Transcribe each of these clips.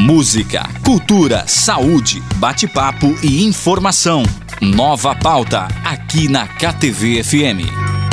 Música, cultura, saúde, bate-papo e informação. Nova Pauta, aqui na KTV-FM.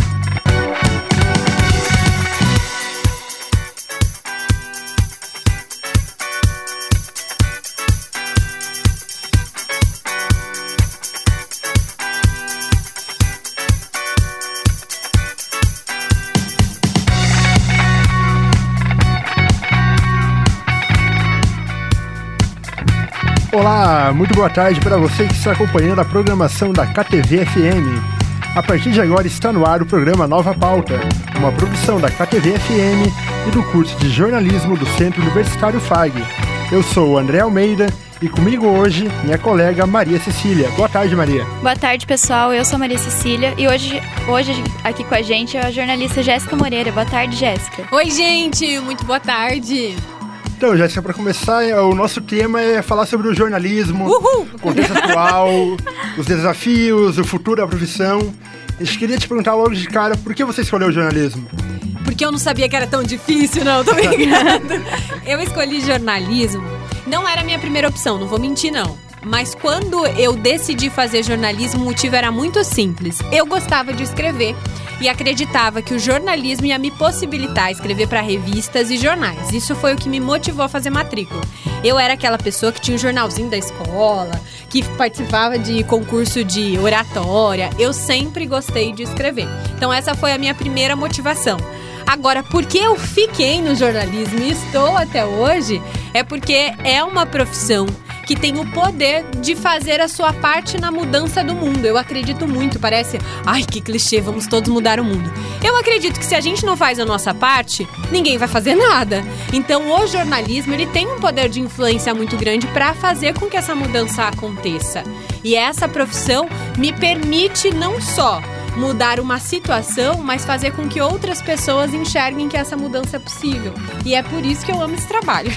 Olá, muito boa tarde para você que está acompanhando a programação da KTV-FM. A partir de agora está no ar o programa Nova Pauta, uma produção da KTV-FM e do curso de jornalismo do Centro Universitário FAG. Eu sou o André Almeida e comigo hoje minha colega Maria Cecília. Boa tarde, Maria. Boa tarde, pessoal. Eu sou a Maria Cecília e hoje aqui com a gente é a jornalista Jéssica Moreira. Boa tarde, Jéssica. Oi, gente. Muito boa tarde. Então, Jéssica, para começar, o nosso tema é falar sobre o jornalismo, o contexto atual, os desafios, o futuro da profissão. A gente queria te perguntar logo de cara, por que você escolheu o jornalismo? Porque eu não sabia que era tão difícil, não, tô brincando. Eu escolhi jornalismo, não era a minha primeira opção, não vou mentir, não. Mas quando eu decidi fazer jornalismo, o motivo era muito simples. Eu gostava de escrever e acreditava que o jornalismo ia me possibilitar escrever para revistas e jornais. Isso foi o que me motivou a fazer matrícula. Eu era aquela pessoa que tinha um jornalzinho da escola, que participava de concurso de oratória. Eu sempre gostei de escrever. Então essa foi a minha primeira motivação. Agora, por que eu fiquei no jornalismo e estou até hoje? É porque é uma profissão que tem o poder de fazer a sua parte na mudança do mundo. Eu acredito muito, parece, ai, que clichê, vamos todos mudar o mundo. Eu acredito que se a gente não faz a nossa parte, ninguém vai fazer nada. Então, o jornalismo, ele tem um poder de influência muito grande para fazer com que essa mudança aconteça. E essa profissão me permite não só mudar uma situação, mas fazer com que outras pessoas enxerguem que essa mudança é possível. E é por isso que eu amo esse trabalho.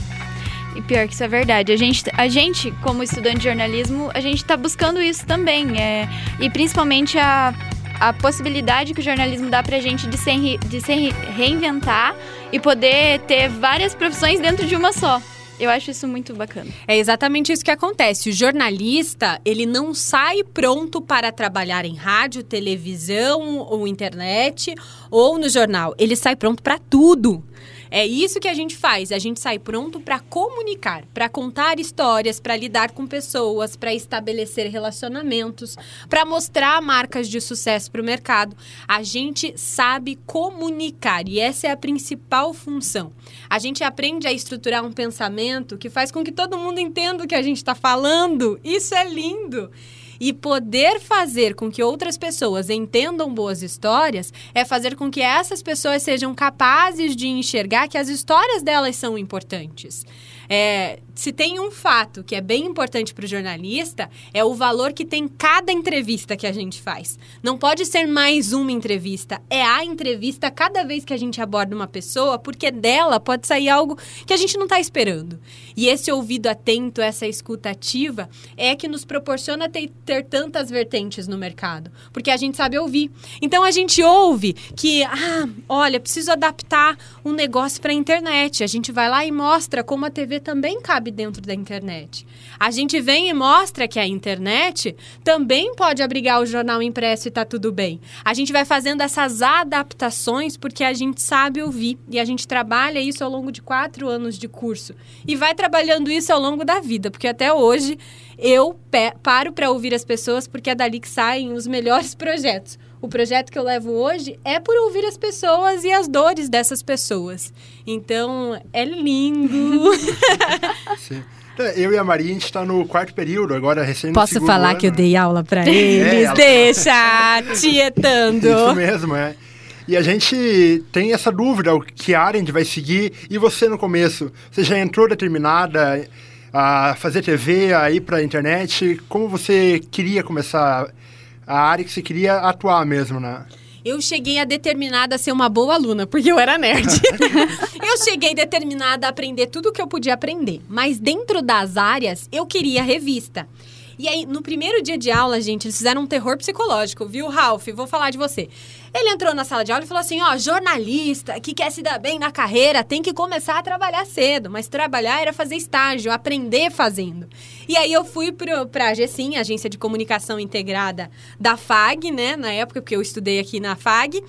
E pior que isso é verdade. A gente, como estudante de jornalismo, a gente está buscando isso também. E principalmente a possibilidade que o jornalismo dá pra gente de se reinventar e poder ter várias profissões dentro de uma só. Eu acho isso muito bacana. É exatamente isso que acontece. O jornalista, ele não sai pronto para trabalhar em rádio, televisão ou internet ou no jornal. Ele sai pronto para tudo. É isso que a gente faz, a gente sai pronto para comunicar, para contar histórias, para lidar com pessoas, para estabelecer relacionamentos, para mostrar marcas de sucesso para o mercado. A gente sabe comunicar e essa é a principal função. A gente aprende a estruturar um pensamento que faz com que todo mundo entenda o que a gente está falando. Isso é lindo! E poder fazer com que outras pessoas entendam boas histórias é fazer com que essas pessoas sejam capazes de enxergar que as histórias delas são importantes. Se tem um fato que é bem importante para o jornalista, é o valor que tem cada entrevista que a gente faz. Não pode ser mais uma entrevista, é a entrevista cada vez que a gente aborda uma pessoa, porque dela pode sair algo que a gente não está esperando. E esse ouvido atento, essa escuta ativa, é que nos proporciona ter tantas vertentes no mercado, porque a gente sabe ouvir. Então a gente ouve que, olha, preciso adaptar um negócio para a internet. A gente vai lá e mostra como a TV também cabe dentro da internet. A gente vem e mostra que a internet também pode abrigar o jornal impresso e tá tudo bem. A gente vai fazendo essas adaptações porque a gente sabe ouvir e a gente trabalha isso ao longo de 4 anos de curso e vai trabalhando isso ao longo da vida, porque até hoje eu paro para ouvir as pessoas porque é dali que saem os melhores projetos. O projeto que eu levo hoje é por ouvir as pessoas e as dores dessas pessoas. Então, é lindo. Sim. Eu e a Maria, a gente está no 4º período, agora recém no Posso 2º falar ano. que eu dei aula para eles? Deixa, tietando. Isso mesmo, E a gente tem essa dúvida, que área a gente vai seguir. E você, no começo, você já entrou determinada a fazer TV, a ir para a internet? Como você queria começar a área que você queria atuar mesmo, né? Eu cheguei determinada a ser uma boa aluna, porque eu era nerd. Eu cheguei determinada a aprender tudo o que eu podia aprender. Mas dentro das áreas, eu queria revista. E aí, no primeiro dia de aula, gente, eles fizeram um terror psicológico, viu, Ralph? Vou falar de você. Ele entrou na sala de aula e falou assim, jornalista que quer se dar bem na carreira tem que começar a trabalhar cedo. Mas trabalhar era fazer estágio, aprender fazendo. E aí eu fui pra AGESIM, Agência de Comunicação Integrada da FAG, né? Na época, porque eu estudei aqui na FAG.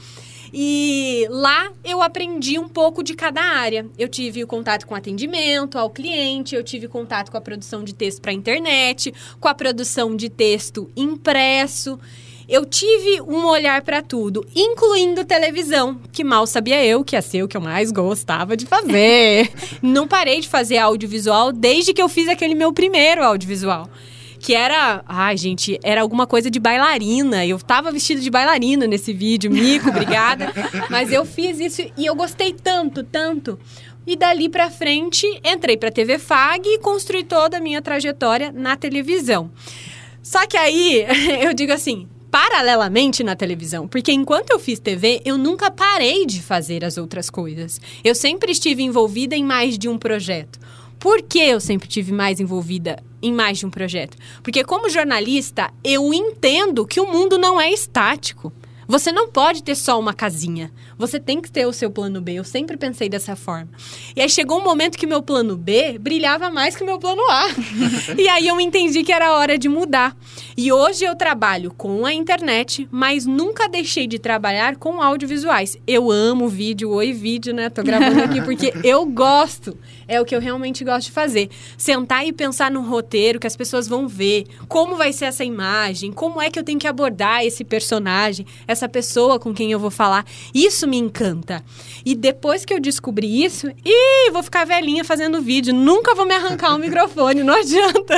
E lá eu aprendi um pouco de cada área. Eu tive o contato com atendimento ao cliente, eu tive contato com a produção de texto para a internet, com a produção de texto impresso. Eu tive um olhar para tudo, incluindo televisão, que mal sabia eu que ia ser o que eu mais gostava de fazer. Não parei de fazer audiovisual desde que eu fiz aquele meu primeiro audiovisual. Que era... Ai, gente, era alguma coisa de bailarina. Eu tava vestida de bailarina nesse vídeo. Mico, obrigada. Mas eu fiz isso e eu gostei tanto, tanto. E dali pra frente, entrei pra TV FAG e construí toda a minha trajetória na televisão. Só que aí, eu digo assim... Paralelamente na televisão, porque enquanto eu fiz TV, eu nunca parei de fazer as outras coisas. Eu sempre estive envolvida em mais de um projeto. Por que eu sempre estive mais envolvida em mais de um projeto? Porque como jornalista, eu entendo que o mundo não é estático. Você não pode ter só uma casinha. Você tem que ter o seu plano B. Eu sempre pensei dessa forma. E aí chegou um momento que meu plano B brilhava mais que o meu plano A. E aí eu entendi que era hora de mudar. E hoje eu trabalho com a internet, mas nunca deixei de trabalhar com audiovisuais. Eu amo vídeo, oi vídeo, né? Tô gravando aqui porque eu gosto. É o que eu realmente gosto de fazer. Sentar e pensar num roteiro que as pessoas vão ver. Como vai ser essa imagem? Como é que eu tenho que abordar esse personagem? Essa pessoa com quem eu vou falar. Isso me encanta. E depois que eu descobri isso, vou ficar velhinha fazendo vídeo. Nunca vou me arrancar o microfone, não adianta.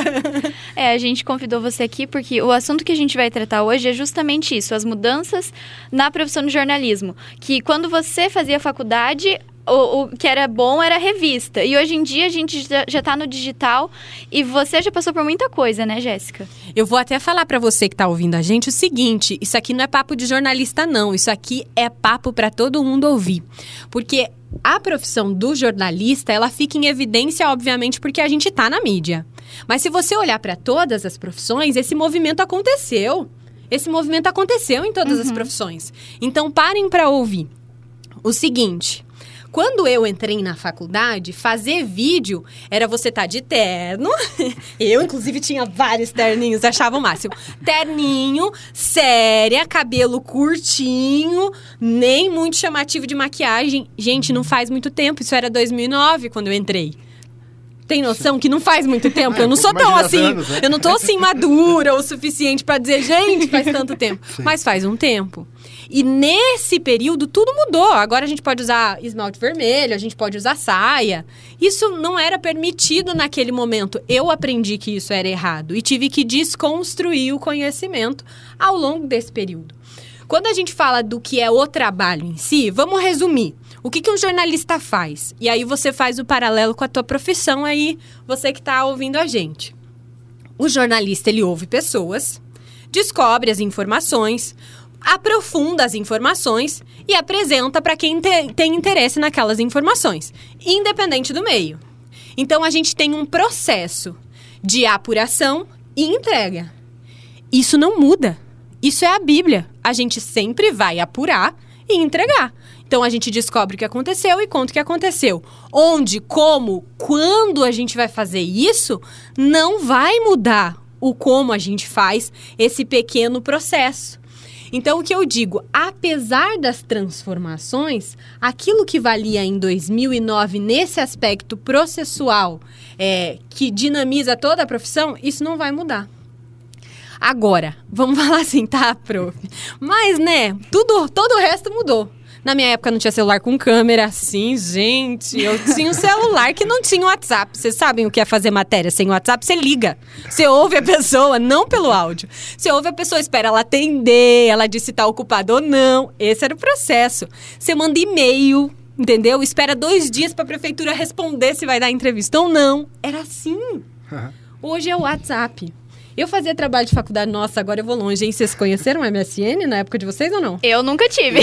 A gente convidou você aqui porque o assunto que a gente vai tratar hoje é justamente isso. As mudanças na profissão de jornalismo. Que quando você fazia faculdade... O que era bom era a revista. E hoje em dia a gente já tá no digital. E você já passou por muita coisa, né, Jéssica? Eu vou até falar pra você que tá ouvindo a gente o seguinte. Isso aqui não é papo de jornalista, não. Isso aqui é papo pra todo mundo ouvir. Porque a profissão do jornalista, ela fica em evidência, obviamente, porque a gente tá na mídia. Mas se você olhar pra todas as profissões, esse movimento aconteceu. Esse movimento aconteceu em todas as profissões. Então, parem pra ouvir. O seguinte... Quando eu entrei na faculdade, fazer vídeo era você estar de terno. Eu, inclusive, tinha vários terninhos, achava o máximo. Terninho, séria, cabelo curtinho, nem muito chamativo de maquiagem. Gente, não faz muito tempo, isso era 2009 quando eu entrei. Tem noção que não faz muito tempo? Eu não sou tão assim, anos, né? Eu não tô assim madura o suficiente pra dizer, gente, faz tanto tempo. Sim. Mas faz um tempo. E nesse período tudo mudou. Agora a gente pode usar esmalte vermelho, a gente pode usar saia. Isso não era permitido naquele momento. Eu aprendi que isso era errado e tive que desconstruir o conhecimento ao longo desse período. Quando a gente fala do que é o trabalho em si, vamos resumir. O que um jornalista faz? E aí você faz o paralelo com a tua profissão aí, você que está ouvindo a gente. O jornalista, ele ouve pessoas, descobre as informações, aprofunda as informações e apresenta para quem tem interesse naquelas informações, independente do meio. Então, a gente tem um processo de apuração e entrega. Isso não muda. Isso é a Bíblia. A gente sempre vai apurar e entregar. Então, a gente descobre o que aconteceu e conta o que aconteceu. Onde, como, quando a gente vai fazer isso, não vai mudar o como a gente faz esse pequeno processo. Então, o que eu digo, apesar das transformações, aquilo que valia em 2009 nesse aspecto processual, que dinamiza toda a profissão, isso não vai mudar. Agora, vamos falar assim, tá, prof? Mas, né, todo o resto mudou. Na minha época não tinha celular com câmera, sim, gente. Eu tinha um celular que não tinha WhatsApp. Vocês sabem o que é fazer matéria sem WhatsApp? Você liga. Você ouve a pessoa, não pelo áudio. Você ouve a pessoa, espera ela atender, ela diz se tá ocupada ou não. Esse era o processo. Você manda e-mail, entendeu? Espera 2 dias pra prefeitura responder se vai dar entrevista ou não. Era assim. Hoje é o WhatsApp. Eu fazia trabalho de faculdade, nossa, agora eu vou longe, hein? Vocês conheceram o MSN na época de vocês ou não? Eu nunca tive.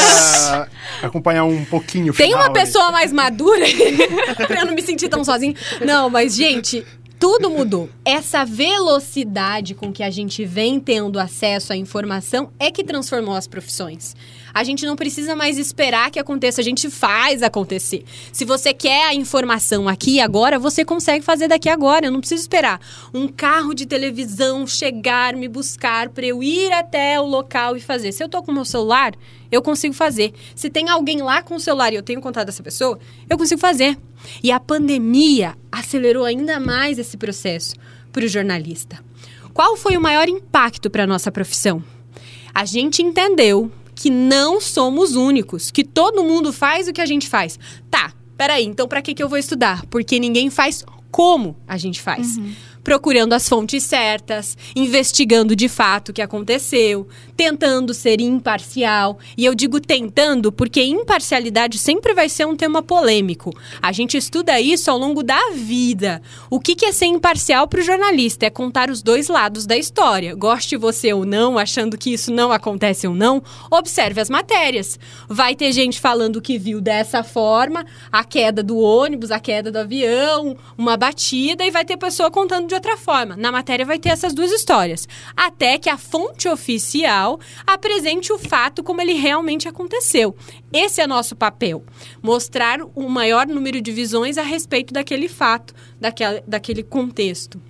Acompanhar um pouquinho o Tem final, uma pessoa mais madura pra eu não me sentir tão sozinha. Não, mas, gente, Tudo mudou. Essa velocidade com que a gente vem tendo acesso à informação é que transformou as profissões. A gente não precisa mais esperar que aconteça, a gente faz acontecer. Se você quer a informação aqui e agora, você consegue fazer daqui agora. Eu não preciso esperar um carro de televisão chegar, me buscar para eu ir até o local e fazer. Se eu tô com o meu celular, eu consigo fazer. Se tem alguém lá com o celular e eu tenho contato dessa pessoa, eu consigo fazer. E a pandemia acelerou ainda mais esse processo para o jornalista. Qual foi o maior impacto para a nossa profissão? A gente entendeu que não somos únicos, que todo mundo faz o que a gente faz. Tá, peraí, então para que eu vou estudar? Porque ninguém faz como a gente faz. Procurando as fontes certas, investigando de fato o que aconteceu, tentando ser imparcial. E eu digo tentando porque imparcialidade sempre vai ser um tema polêmico. A gente estuda isso ao longo da vida. O que é ser imparcial para o jornalista? É contar os dois lados da história. Goste você ou não, achando que isso não acontece ou não, observe as matérias. Vai ter gente falando que viu dessa forma, a queda do ônibus, a queda do avião, uma batida, e vai ter pessoa contando de outra forma. Na matéria vai ter essas duas histórias, até que a fonte oficial apresente o fato como ele realmente aconteceu. Esse é nosso papel, mostrar o maior número de visões a respeito daquele fato, daquele contexto.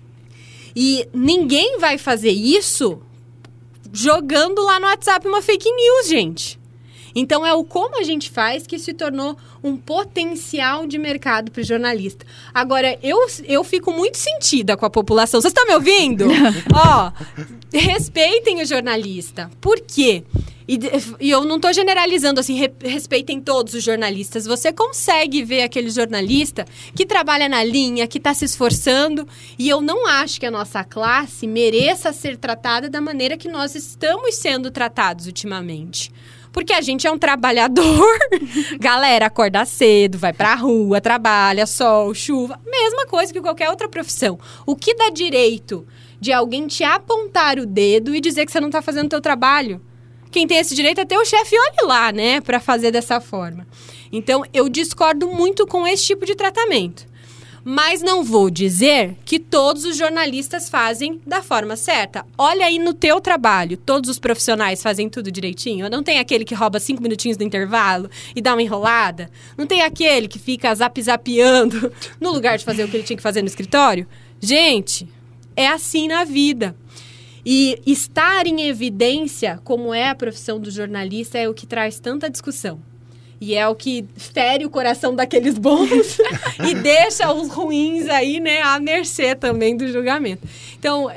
E ninguém vai fazer isso jogando lá no WhatsApp uma fake news, gente. Então, é o como a gente faz que se tornou um potencial de mercado para o jornalista. Agora, eu fico muito sentida com a população. Vocês estão me ouvindo? Ó, respeitem o jornalista. Por quê? E eu não estou generalizando assim, respeitem todos os jornalistas. Você consegue ver aquele jornalista que trabalha na linha, que está se esforçando. E eu não acho que a nossa classe mereça ser tratada da maneira que nós estamos sendo tratados ultimamente. Porque a gente é um trabalhador. Galera, acorda cedo, vai pra rua, trabalha, sol, chuva. Mesma coisa que qualquer outra profissão. O que dá direito de alguém te apontar o dedo e dizer que você não tá fazendo o teu trabalho? Quem tem esse direito é ter o chefe, olhe lá, né? Pra fazer dessa forma. Então, eu discordo muito com esse tipo de tratamento. Mas não vou dizer que todos os jornalistas fazem da forma certa. Olha aí no teu trabalho, todos os profissionais fazem tudo direitinho? Não tem aquele que rouba 5 minutinhos do intervalo e dá uma enrolada? Não tem aquele que fica zap-zapeando no lugar de fazer o que ele tinha que fazer no escritório? Gente, é assim na vida. E estar em evidência, como é a profissão do jornalista, é o que traz tanta discussão. E é o que fere o coração daqueles bons e deixa os ruins aí, né, à mercê também do julgamento. Então,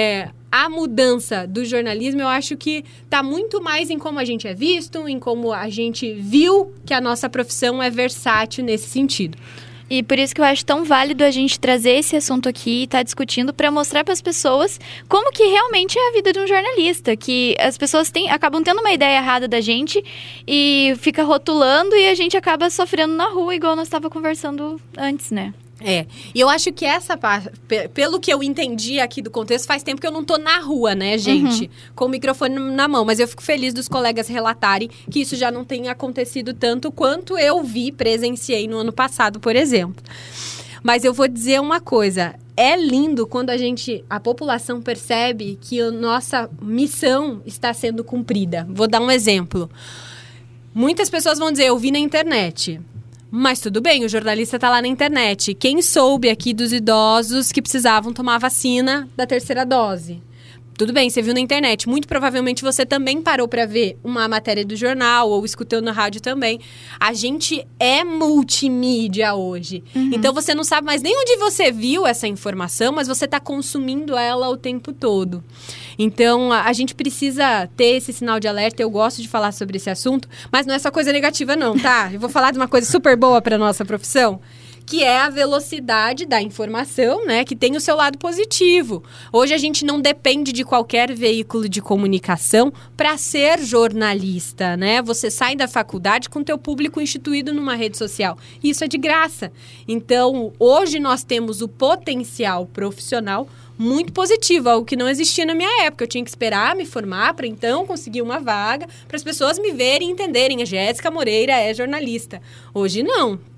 a mudança do jornalismo, eu acho que está muito mais em como a gente é visto, em como a gente viu que a nossa profissão é versátil nesse sentido. E por isso que eu acho tão válido a gente trazer esse assunto aqui e estar discutindo para mostrar para as pessoas como que realmente é a vida de um jornalista. Que as pessoas acabam tendo uma ideia errada da gente e fica rotulando e a gente acaba sofrendo na rua, igual nós estávamos conversando antes, né? E eu acho que essa parte, pelo que eu entendi aqui do contexto, faz tempo que eu não tô na rua, né, gente? Com o microfone na mão, mas eu fico feliz dos colegas relatarem que isso já não tem acontecido tanto quanto eu presenciei no ano passado, por exemplo. Mas eu vou dizer uma coisa, é lindo quando a população percebe que a nossa missão está sendo cumprida. Vou dar um exemplo. Muitas pessoas vão dizer, eu vi na internet. Mas tudo bem, o jornalista está lá na internet. Quem soube aqui dos idosos que precisavam tomar a vacina da 3ª dose? Tudo bem, você viu na internet. Muito provavelmente você também parou para ver uma matéria do jornal ou escutando na rádio também. A gente é multimídia hoje. Então, você não sabe mais nem onde você viu essa informação, mas você está consumindo ela o tempo todo. Então, a gente precisa ter esse sinal de alerta. Eu gosto de falar sobre esse assunto, mas não é só coisa negativa não, tá? Eu vou falar de uma coisa super boa para nossa profissão, que é a velocidade da informação, né? Que tem o seu lado positivo. Hoje a gente não depende de qualquer veículo de comunicação para ser jornalista, né? Você sai da faculdade com o teu público instituído numa rede social. Isso é de graça. Então, hoje nós temos o potencial profissional muito positivo, algo que não existia na minha época. Eu tinha que esperar me formar para então conseguir uma vaga, para as pessoas me verem e entenderem. A Jéssica Moreira é jornalista. Hoje não.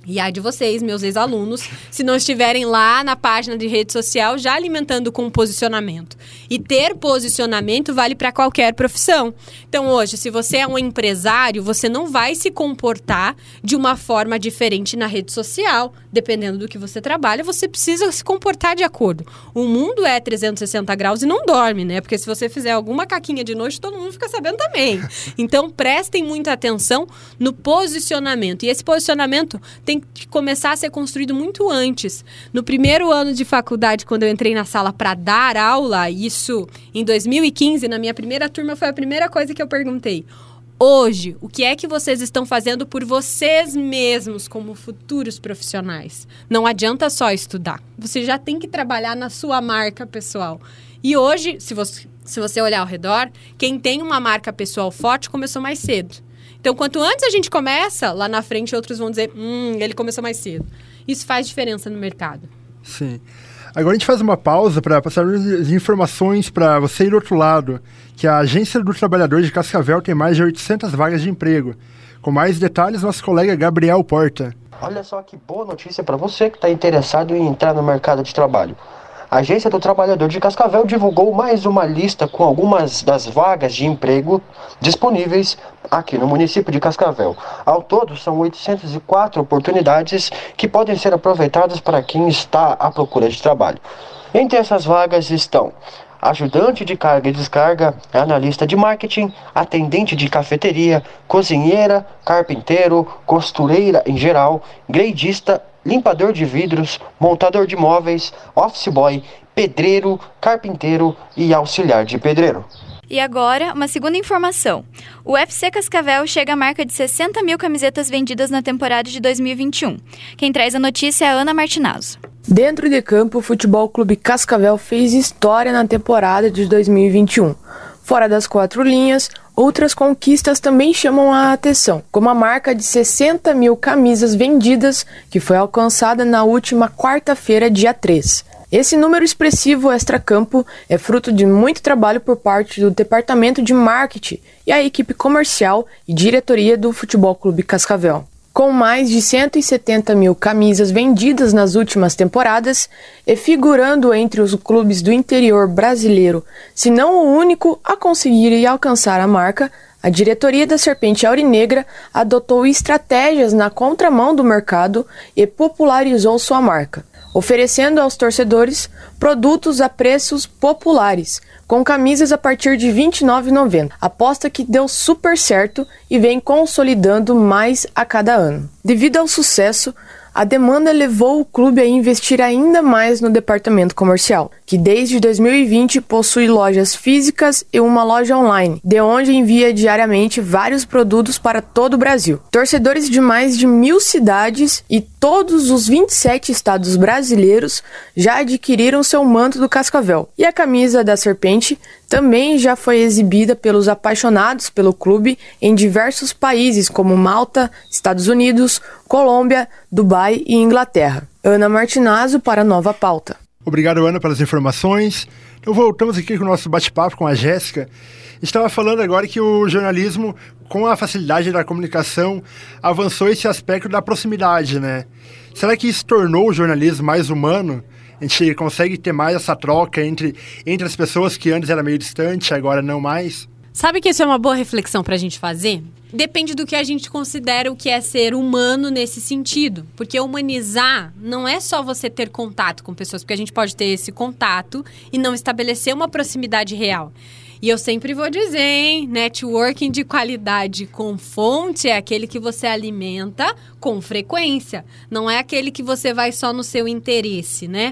E ai de vocês, meus ex-alunos, se não estiverem lá na página de rede social já alimentando com posicionamento. E ter posicionamento vale para qualquer profissão. Então hoje, se você é um empresário, você não vai se comportar de uma forma diferente na rede social. Dependendo do que você trabalha, você precisa se comportar de acordo. O mundo é 360 graus e não dorme, né? Porque se você fizer alguma caquinha de noite, todo mundo fica sabendo também. Então prestem muita atenção no posicionamento. E esse posicionamento tem que começar a ser construído muito antes. No primeiro ano de faculdade, quando eu entrei na sala para dar aula, isso em 2015, na minha primeira turma, foi a primeira coisa que eu perguntei. Hoje, o que é que vocês estão fazendo por vocês mesmos como futuros profissionais? Não adianta só estudar. Você já tem que trabalhar na sua marca pessoal. E hoje, se você olhar ao redor, quem tem uma marca pessoal forte começou mais cedo. Então, quanto antes a gente começa, lá na frente outros vão dizer, ele começou mais cedo. Isso faz diferença no mercado. Sim. Agora a gente faz uma pausa para passar as informações para você ir do outro lado, que a Agência do Trabalhador de Cascavel tem mais de 800 vagas de emprego. Com mais detalhes, nosso colega Gabriel Porta. Olha só que boa notícia para você que está interessado em entrar no mercado de trabalho. A Agência do Trabalhador de Cascavel divulgou mais uma lista com algumas das vagas de emprego disponíveis aqui no município de Cascavel. Ao todo, são 804 oportunidades que podem ser aproveitadas para quem está à procura de trabalho. Entre essas vagas estão ajudante de carga e descarga, analista de marketing, atendente de cafeteria, cozinheira, carpinteiro, costureira em geral, gradista, limpador de vidros, montador de móveis, office boy, pedreiro, carpinteiro e auxiliar de pedreiro. E agora, uma segunda informação. O UFC Cascavel chega à marca de 60 mil camisetas vendidas na temporada de 2021. Quem traz a notícia é a Ana Martinazzo. Dentro de campo, o Futebol Clube Cascavel fez história na temporada de 2021. Fora das quatro linhas, outras conquistas também chamam a atenção, como a marca de 60 mil camisas vendidas, que foi alcançada na última quarta-feira, dia 3. Esse número expressivo extracampo é fruto de muito trabalho por parte do Departamento de Marketing e a equipe comercial e diretoria do Futebol Clube Cascavel. Com mais de 170 mil camisas vendidas nas últimas temporadas e figurando entre os clubes do interior brasileiro, se não o único a conseguir e alcançar a marca, a diretoria da Serpente Aurinegra adotou estratégias na contramão do mercado e popularizou sua marca, oferecendo aos torcedores produtos a preços populares, com camisas a partir de R$ 29,90. Aposta que deu super certo e vem consolidando mais a cada ano. Devido ao sucesso, a demanda levou o clube a investir ainda mais no departamento comercial, que desde 2020 possui lojas físicas e uma loja online, de onde envia diariamente vários produtos para todo o Brasil. Torcedores de mais de 1.000 cidades e todos os 27 estados brasileiros já adquiriram seu manto do Cascavel. E a camisa da Serpente também já foi exibida pelos apaixonados pelo clube em diversos países como Malta, Estados Unidos, Colômbia, Dubai e Inglaterra. Ana Martinazzo para a Nova Pauta. Obrigado, Ana, pelas informações. Então voltamos aqui com o nosso bate-papo com a Jéssica. Estava falando agora que o jornalismo, com a facilidade da comunicação, avançou esse aspecto da proximidade, né? Será que isso tornou o jornalismo mais humano? A gente consegue ter mais essa troca entre as pessoas que antes era meio distante, agora não mais? Sabe que isso é uma boa reflexão para a gente fazer? Depende do que a gente considera o que é ser humano nesse sentido. Porque humanizar não é só você ter contato com pessoas, porque a gente pode ter esse contato e não estabelecer uma proximidade real. E eu sempre vou dizer, hein? Networking de qualidade com fonte é aquele que você alimenta com frequência. Não é aquele que você vai só no seu interesse, né?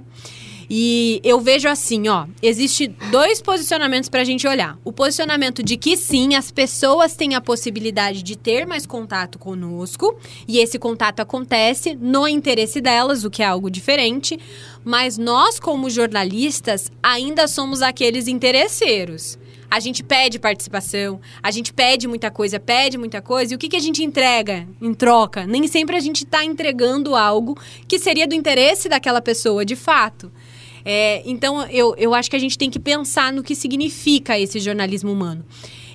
E eu vejo assim, ó, existe dois posicionamentos pra gente olhar. O posicionamento de que sim, as pessoas têm a possibilidade de ter mais contato conosco, e esse contato acontece no interesse delas, o que é algo diferente, mas nós, como jornalistas, ainda somos aqueles interesseiros. A gente pede participação, a gente pede muita coisa, e o que a gente entrega em troca? Nem sempre a gente está entregando algo que seria do interesse daquela pessoa, de fato. Então, eu acho que a gente tem que pensar no que significa esse jornalismo humano.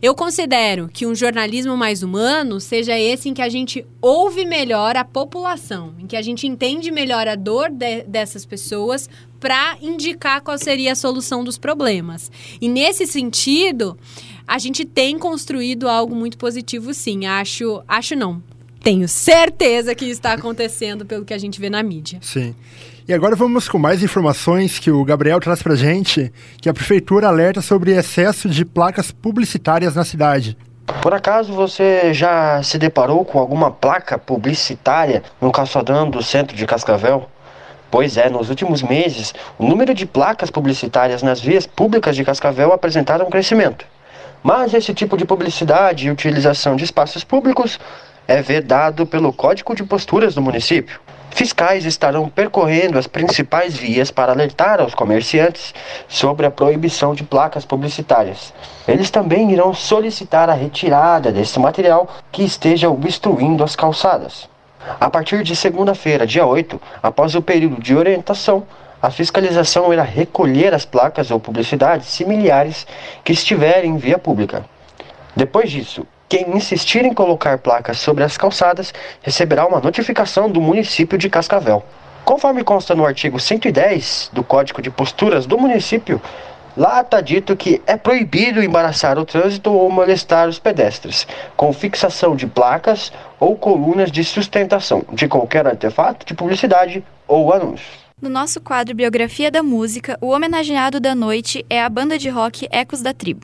Eu considero que um jornalismo mais humano seja esse em que a gente ouve melhor a população, em que a gente entende melhor a dor dessas pessoas para indicar qual seria a solução dos problemas. E nesse sentido, a gente tem construído algo muito positivo, sim. Tenho certeza que isso está acontecendo pelo que a gente vê na mídia. Sim. E agora vamos com mais informações que o Gabriel traz pra gente, que a prefeitura alerta sobre excesso de placas publicitárias na cidade. Por acaso você já se deparou com alguma placa publicitária no calçadão do centro de Cascavel? Pois é, nos últimos meses, o número de placas publicitárias nas vias públicas de Cascavel apresentaram um crescimento. Mas esse tipo de publicidade e utilização de espaços públicos é vedado pelo Código de Posturas do município. Fiscais estarão percorrendo as principais vias para alertar aos comerciantes sobre a proibição de placas publicitárias. Eles também irão solicitar a retirada desse material que esteja obstruindo as calçadas. A partir de segunda-feira, dia 8, após o período de orientação, a fiscalização irá recolher as placas ou publicidades similares que estiverem em via pública. Depois disso, quem insistir em colocar placas sobre as calçadas receberá uma notificação do município de Cascavel. Conforme consta no artigo 110 do Código de Posturas do município, lá está dito que é proibido embaraçar o trânsito ou molestar os pedestres, com fixação de placas ou colunas de sustentação de qualquer artefato de publicidade ou anúncio. No nosso quadro Biografia da Música, o homenageado da noite é a banda de rock Ecos da Tribo.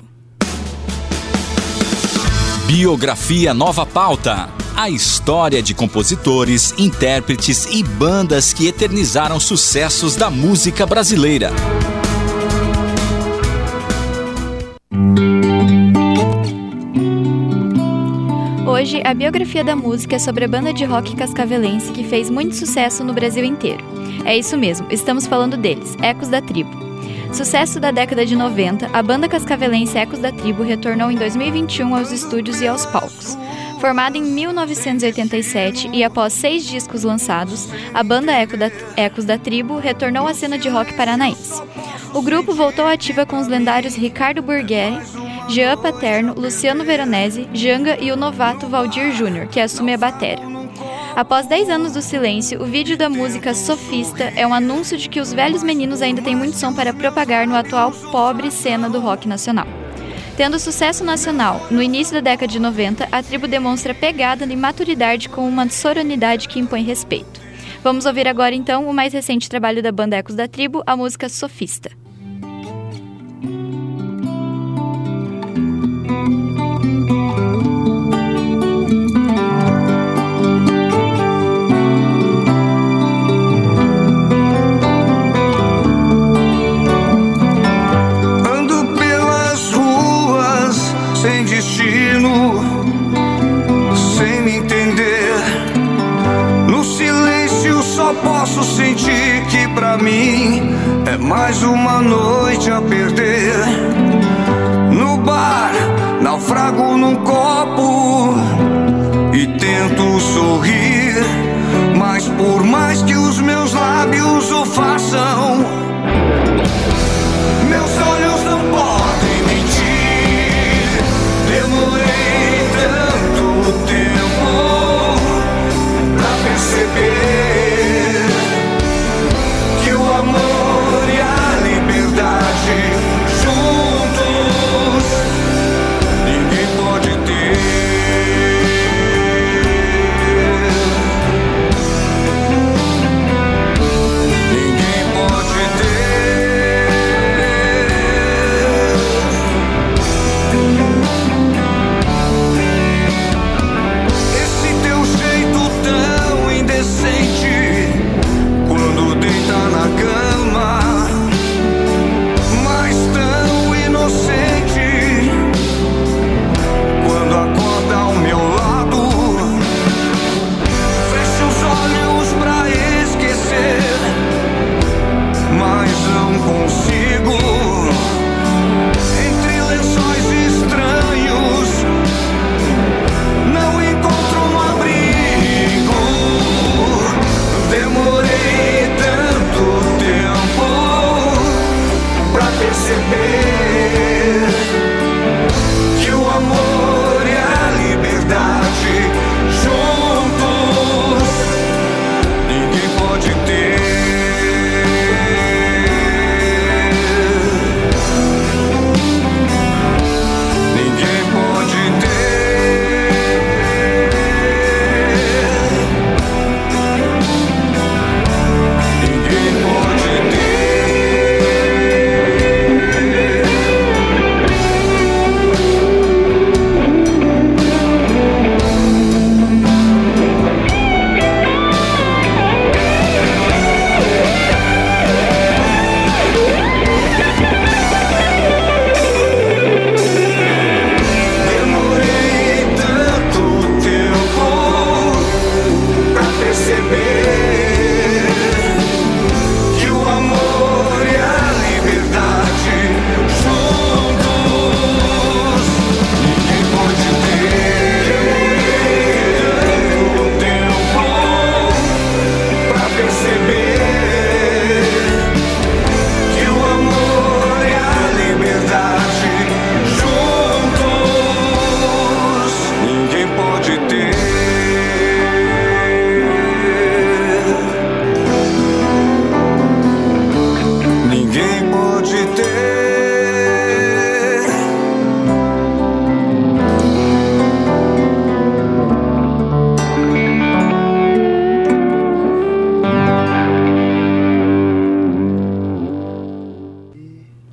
Biografia Nova Pauta. A história de compositores, intérpretes e bandas que eternizaram sucessos da música brasileira. Hoje, a biografia da música é sobre a banda de rock cascavelense que fez muito sucesso no Brasil inteiro. É isso mesmo, estamos falando deles, Ecos da Tribo. Sucesso da década de 90, a banda cascavelense Ecos da Tribo retornou em 2021 aos estúdios e aos palcos. Formada em 1987 e após 6 discos lançados, a banda Ecos da Tribo retornou à cena de rock paranaense. O grupo voltou ativa com os lendários Ricardo Burgueri, Jean Paterno, Luciano Veronese, Janga e o novato Valdir Júnior, que assume a bateria. Após 10 anos do silêncio, o vídeo da música Sofista é um anúncio de que os velhos meninos ainda têm muito som para propagar no atual pobre cena do rock nacional. Tendo sucesso nacional, no início da década de 90, a tribo demonstra pegada e maturidade com uma sonoridade que impõe respeito. Vamos ouvir agora então o mais recente trabalho da banda Ecos da Tribo, a música Sofista. Posso sentir que pra mim é mais uma noite a perder. No bar, naufrago num copo e tento sorrir, mas por mais que os meus lábios o façam, meus olhos não podem mentir. Demorei tanto tempo pra perceber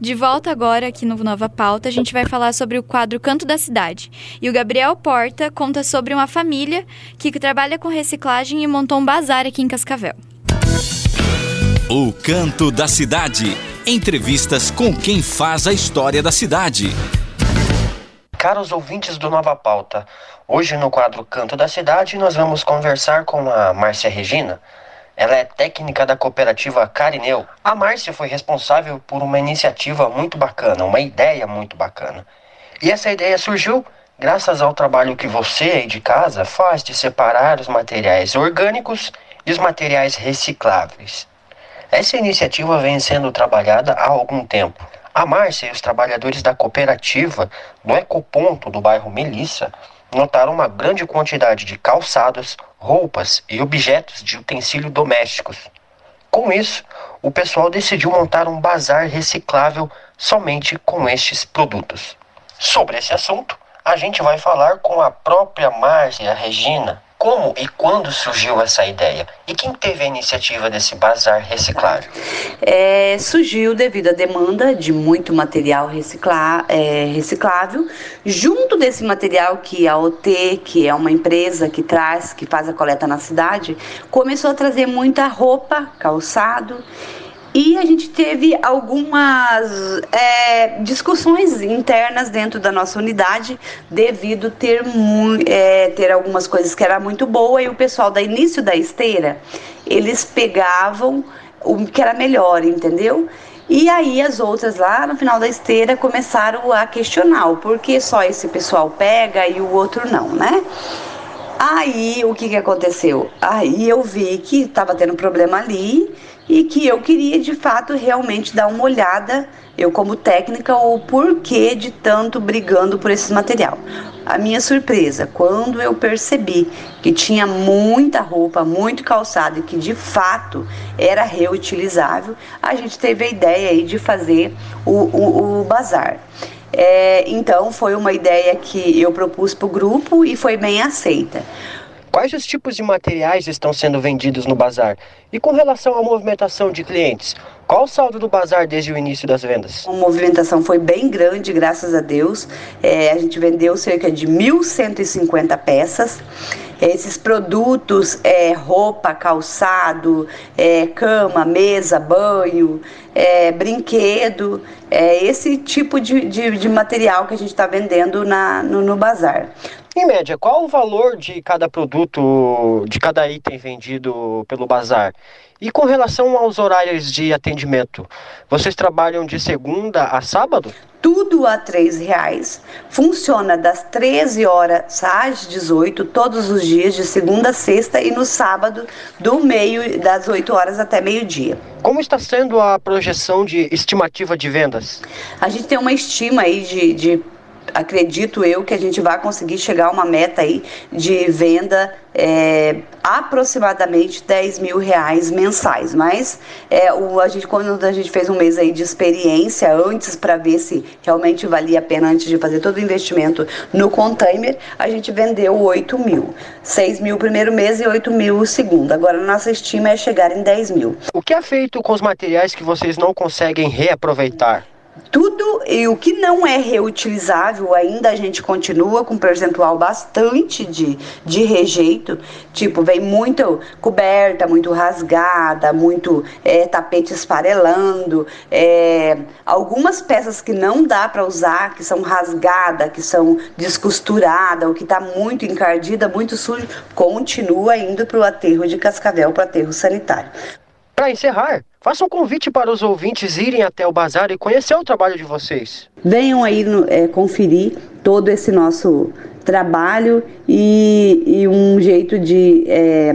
De volta agora aqui no Nova Pauta, a gente vai falar sobre o quadro Canto da Cidade. E o Gabriel Porta conta sobre uma família que trabalha com reciclagem e montou um bazar aqui em Cascavel. O Canto da Cidade. Entrevistas com quem faz a história da cidade. Caros ouvintes do Nova Pauta, hoje no quadro Canto da Cidade nós vamos conversar com a Márcia Regina. Ela é técnica da cooperativa Carineu. A Márcia foi responsável por uma iniciativa muito bacana, uma ideia muito bacana. E essa ideia surgiu graças ao trabalho que você aí de casa faz de separar os materiais orgânicos e os materiais recicláveis. Essa iniciativa vem sendo trabalhada há algum tempo. A Márcia e os trabalhadores da cooperativa do Ecoponto do bairro Melissa notaram uma grande quantidade de calçados, roupas e objetos de utensílio domésticos. Com isso, o pessoal decidiu montar um bazar reciclável somente com estes produtos. Sobre esse assunto, a gente vai falar com a própria Márcia Regina. Como e quando surgiu essa ideia? E quem teve a iniciativa desse bazar reciclável? Surgiu devido à demanda de muito material reciclável. Junto desse material que a OT, que é uma empresa que faz a coleta na cidade, começou a trazer muita roupa, calçado. E a gente teve algumas discussões internas dentro da nossa unidade devido ter algumas coisas que era muito boa e o pessoal da início da esteira, eles pegavam o que era melhor, entendeu? E aí as outras lá no final da esteira começaram a questionar o porquê só esse pessoal pega e o outro não, né? Aí o que aconteceu? Aí eu vi que estava tendo problema ali e que eu queria de fato realmente dar uma olhada, eu como técnica, o porquê de tanto brigando por esse material. A minha surpresa, quando eu percebi que tinha muita roupa, muito calçado e que de fato era reutilizável, a gente teve a ideia aí de fazer o bazar. Então foi uma ideia que eu propus para o grupo e foi bem aceita. Quais os tipos de materiais estão sendo vendidos no bazar? E com relação à movimentação de clientes, qual o saldo do bazar desde o início das vendas? A movimentação foi bem grande, graças a Deus. A gente vendeu cerca de 1.150 peças. Esses produtos, roupa, calçado, cama, mesa, banho, brinquedo, esse tipo de material que a gente está vendendo no bazar. Em média, qual o valor de cada produto, de cada item vendido pelo bazar? E com relação aos horários de atendimento, vocês trabalham de segunda a sábado? Tudo a R$3, funciona das 13 horas às 18, todos os dias, de segunda a sexta, e no sábado, das 8 horas até meio-dia. Como está sendo a projeção de estimativa de vendas? A gente tem uma estima aí acredito eu que a gente vai conseguir chegar a uma meta aí de venda aproximadamente R$10.000 mensais, mas quando a gente fez um mês aí de experiência antes para ver se realmente valia a pena antes de fazer todo o investimento no container, a gente vendeu 8.000, 6.000 o primeiro mês e 8.000 o segundo. Agora a nossa estima é chegar em 10.000. O que é feito com os materiais que vocês não conseguem reaproveitar? Tudo, e o que não é reutilizável ainda a gente continua com um percentual bastante de rejeito, tipo, vem muito coberta, muito rasgada, muito tapete esfarelando, algumas peças que não dá para usar, que são rasgadas, que são descosturadas, ou que está muito encardida, muito sujo, continua indo para o aterro de Cascavel, para o aterro sanitário. Para encerrar, faça um convite para os ouvintes irem até o bazar e conhecer o trabalho de vocês. Venham aí conferir todo esse nosso trabalho e um jeito de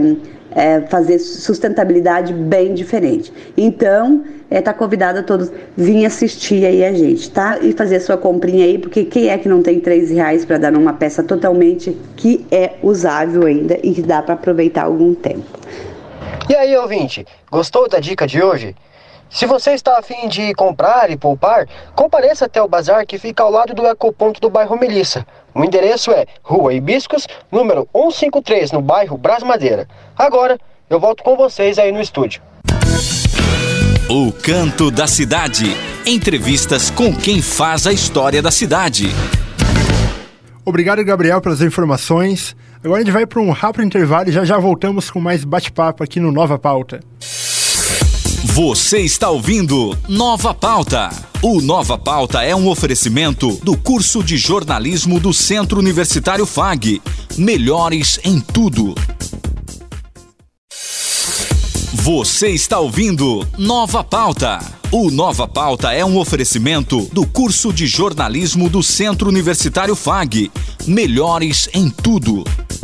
fazer sustentabilidade bem diferente. Então, tá convidado a todos vir assistir aí a gente, tá? E fazer a sua comprinha aí, porque quem é que não tem R$3 para dar numa peça totalmente que é usável ainda e que dá para aproveitar algum tempo. E aí, ouvinte, gostou da dica de hoje? Se você está a fim de comprar e poupar, compareça até o bazar que fica ao lado do Ecoponto do bairro Melissa. O endereço é Rua Hibiscos, número 153, no bairro Brás Madeira. Agora, eu volto com vocês aí no estúdio. O Canto da Cidade. Entrevistas com quem faz a história da cidade. Obrigado, Gabriel, pelas informações. Agora a gente vai para um rápido intervalo e já voltamos com mais bate-papo aqui no Nova Pauta. Você está ouvindo Nova Pauta. O Nova Pauta é um oferecimento do curso de jornalismo do Centro Universitário FAG. Melhores em tudo. Você está ouvindo Nova Pauta. O Nova Pauta é um oferecimento do curso de jornalismo do Centro Universitário FAG. Melhores em tudo.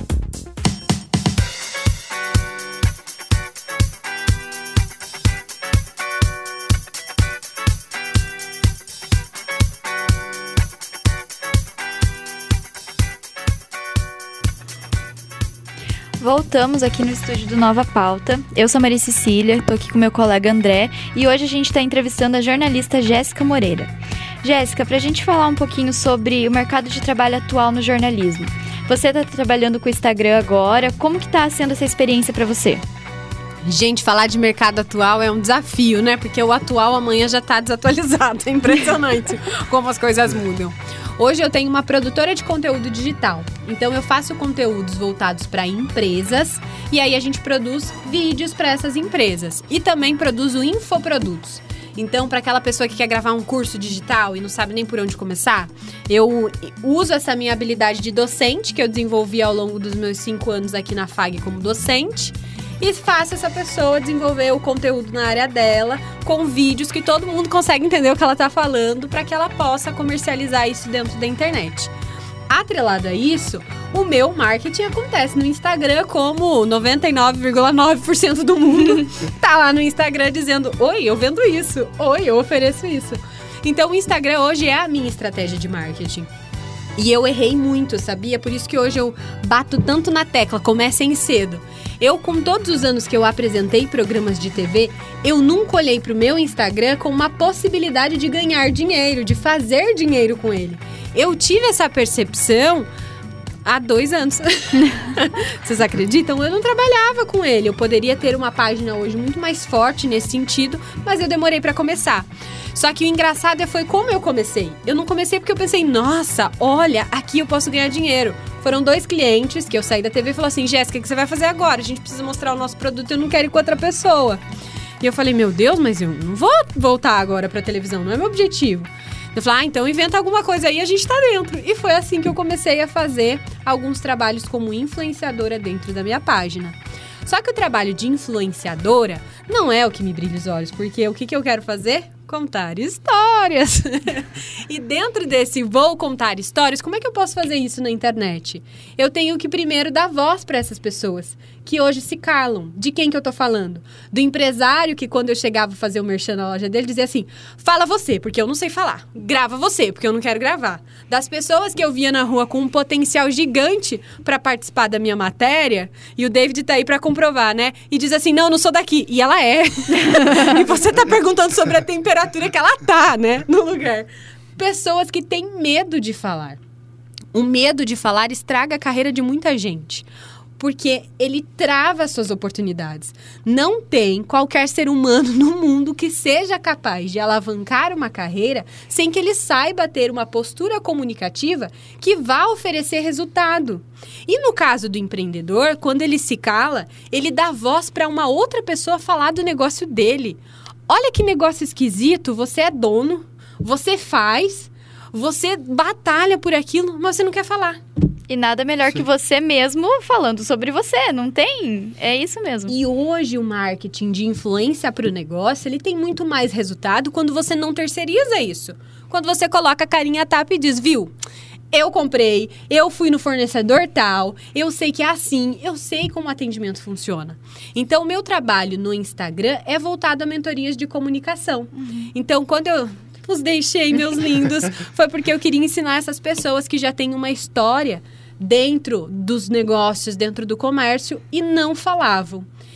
Voltamos aqui no estúdio do Nova Pauta. Eu sou Maria Cecília, estou aqui com meu colega André e hoje a gente está entrevistando a jornalista Jéssica Moreira. Jéssica, para a gente falar um pouquinho sobre o mercado de trabalho atual no jornalismo. Você está trabalhando com o Instagram agora, como que está sendo essa experiência para você? Gente, falar de mercado atual é um desafio, né? Porque o atual amanhã já está desatualizado. É impressionante como as coisas mudam. Hoje eu tenho uma produtora de conteúdo digital, então eu faço conteúdos voltados para empresas e aí a gente produz vídeos para essas empresas e também produzo infoprodutos. Então, para aquela pessoa que quer gravar um curso digital e não sabe nem por onde começar, eu uso essa minha habilidade de docente que eu desenvolvi ao longo dos meus 5 anos aqui na FAG como docente e faço essa pessoa desenvolver o conteúdo na área dela com vídeos que todo mundo consegue entender o que ela está falando para que ela possa comercializar isso dentro da internet. Atrelado a isso, o meu marketing acontece no Instagram como 99,9% do mundo tá lá no Instagram dizendo: oi, eu vendo isso, oi, eu ofereço isso. Então o Instagram hoje é a minha estratégia de marketing. E eu errei muito, sabia? Por isso que hoje eu bato tanto na tecla, comecem cedo. Eu, com todos os anos que eu apresentei programas de TV, eu nunca olhei para o meu Instagram com uma possibilidade de ganhar dinheiro, de fazer dinheiro com ele. Eu tive essa percepção há 2 anos. Vocês acreditam? Eu não trabalhava com ele. Eu poderia ter uma página hoje muito mais forte nesse sentido, mas eu demorei para começar. Só que o engraçado foi como eu comecei. Eu não comecei porque eu pensei, nossa, olha, aqui eu posso ganhar dinheiro. Foram 2 clientes que eu saí da TV e falaram assim: Jéssica, o que você vai fazer agora? A gente precisa mostrar o nosso produto, eu não quero ir com outra pessoa. E eu falei, meu Deus, mas eu não vou voltar agora pra televisão, não é meu objetivo. Eu falei, então inventa alguma coisa aí, a gente tá dentro. E foi assim que eu comecei a fazer alguns trabalhos como influenciadora dentro da minha página. Só que o trabalho de influenciadora não é o que me brilha os olhos, porque o que eu quero fazer? Contar histórias. E dentro desse vou contar histórias, como é que eu posso fazer isso na internet? Eu tenho que primeiro dar voz para essas pessoas que hoje se calam. De quem que eu tô falando? Do empresário que quando eu chegava a fazer o merchan na loja dele, dizia assim: fala você, porque eu não sei falar. Grava você, porque eu não quero gravar. Das pessoas que eu via na rua com um potencial gigante para participar da minha matéria, e o David tá aí para comprovar, né? E diz assim, não sou daqui. E ela é. E você tá perguntando sobre a temperatura que ela tá, né? No lugar. Pessoas que têm medo de falar. O medo de falar estraga a carreira de muita gente, porque ele trava suas oportunidades. Não tem qualquer ser humano no mundo que seja capaz de alavancar uma carreira sem que ele saiba ter uma postura comunicativa que vá oferecer resultado. E no caso do empreendedor, quando ele se cala, ele dá voz para uma outra pessoa falar do negócio dele. Olha que negócio esquisito, você é dono, você faz, você batalha por aquilo, mas você não quer falar. E nada melhor que você mesmo falando sobre você, não tem? É isso mesmo. E hoje o marketing de influência para o negócio, ele tem muito mais resultado quando você não terceiriza isso. Quando você coloca a carinha a tapa e diz, viu, eu comprei, eu fui no fornecedor tal, eu sei que é assim, eu sei como o atendimento funciona. Então, o meu trabalho no Instagram é voltado a mentorias de comunicação. Então, quando eu os deixei, meus lindos, foi porque eu queria ensinar essas pessoas que já têm uma história dentro dos negócios, dentro do comércio e não falavam.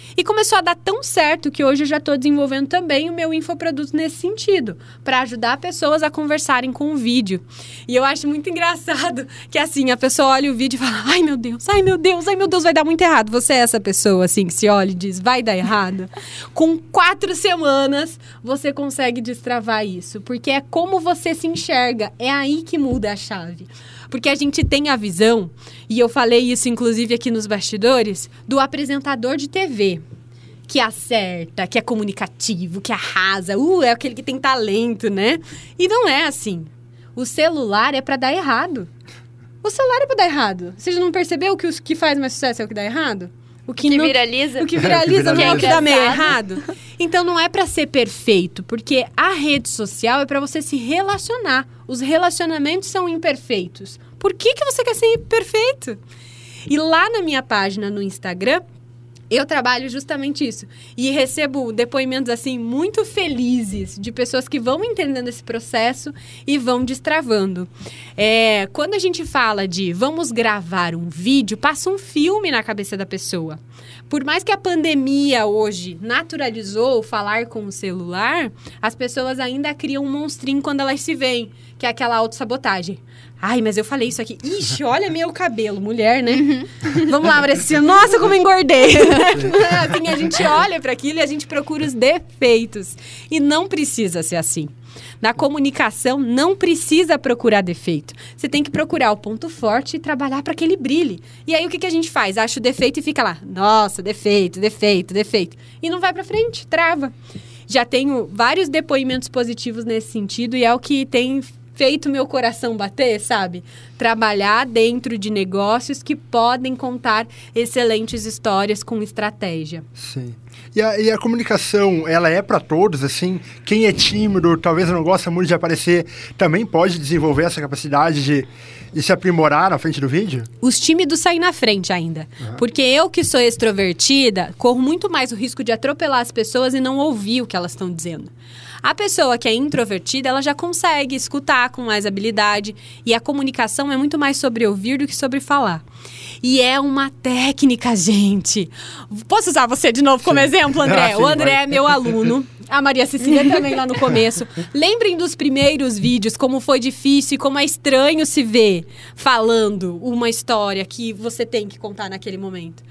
E começou a dar tão certo que hoje eu já estou desenvolvendo também o meu infoproduto nesse sentido, para ajudar pessoas a conversarem com o vídeo. E eu acho muito engraçado que assim, a pessoa olha o vídeo e fala, ai meu Deus, vai dar muito errado. Você é essa pessoa assim que se olha e diz, vai dar errado? Com 4 semanas você consegue destravar isso, porque é como você se enxerga, é aí que muda a chave. Porque a gente tem a visão, e eu falei isso inclusive aqui nos bastidores, do apresentador de TV, que acerta, que é comunicativo, que arrasa, é aquele que tem talento, né? E não é assim. O celular é pra dar errado. O celular é pra dar errado. Você já não percebeu que o que faz mais sucesso é o que dá errado? O que viraliza. O que viraliza não é o que dá meio errado. Então não é pra ser perfeito, porque a rede social é pra você se relacionar. Os relacionamentos são imperfeitos. Por que você quer ser perfeito? E lá na minha página no Instagram, eu trabalho justamente isso. E recebo depoimentos, assim, muito felizes de pessoas que vão entendendo esse processo e vão destravando. Quando a gente fala de vamos gravar um vídeo, passa um filme na cabeça da pessoa. Por mais que a pandemia hoje naturalizou falar com o celular, as pessoas ainda criam um monstrinho quando elas se veem, que é aquela autossabotagem. Ai, mas eu falei isso aqui. Ixi, olha meu cabelo. Mulher, né? Vamos lá, Marcia. Nossa, como engordei. Assim, a gente olha para aquilo e a gente procura os defeitos. E não precisa ser assim. Na comunicação, não precisa procurar defeito. Você tem que procurar o ponto forte e trabalhar para que ele brilhe. E aí, o que a gente faz? Acha o defeito e fica lá. Nossa, defeito. E não vai para frente, trava. Já tenho vários depoimentos positivos nesse sentido e é o que tem feito meu coração bater, sabe? Trabalhar dentro de negócios que podem contar excelentes histórias com estratégia. Sim. E a comunicação, ela é para todos, assim? Quem é tímido, talvez não gosta muito de aparecer, também pode desenvolver essa capacidade de se aprimorar na frente do vídeo? Os tímidos saem na frente ainda. Porque eu que sou extrovertida, corro muito mais o risco de atropelar as pessoas e não ouvir o que elas estão dizendo. A pessoa que é introvertida, ela já consegue escutar com mais habilidade. E a comunicação é muito mais sobre ouvir do que sobre falar. E é uma técnica, gente. Posso usar você de novo como exemplo, André? Sim, o André é meu aluno. A Maria Cecília também lá no começo. Lembrem dos primeiros vídeos, como foi difícil e como é estranho se ver falando uma história que você tem que contar naquele momento.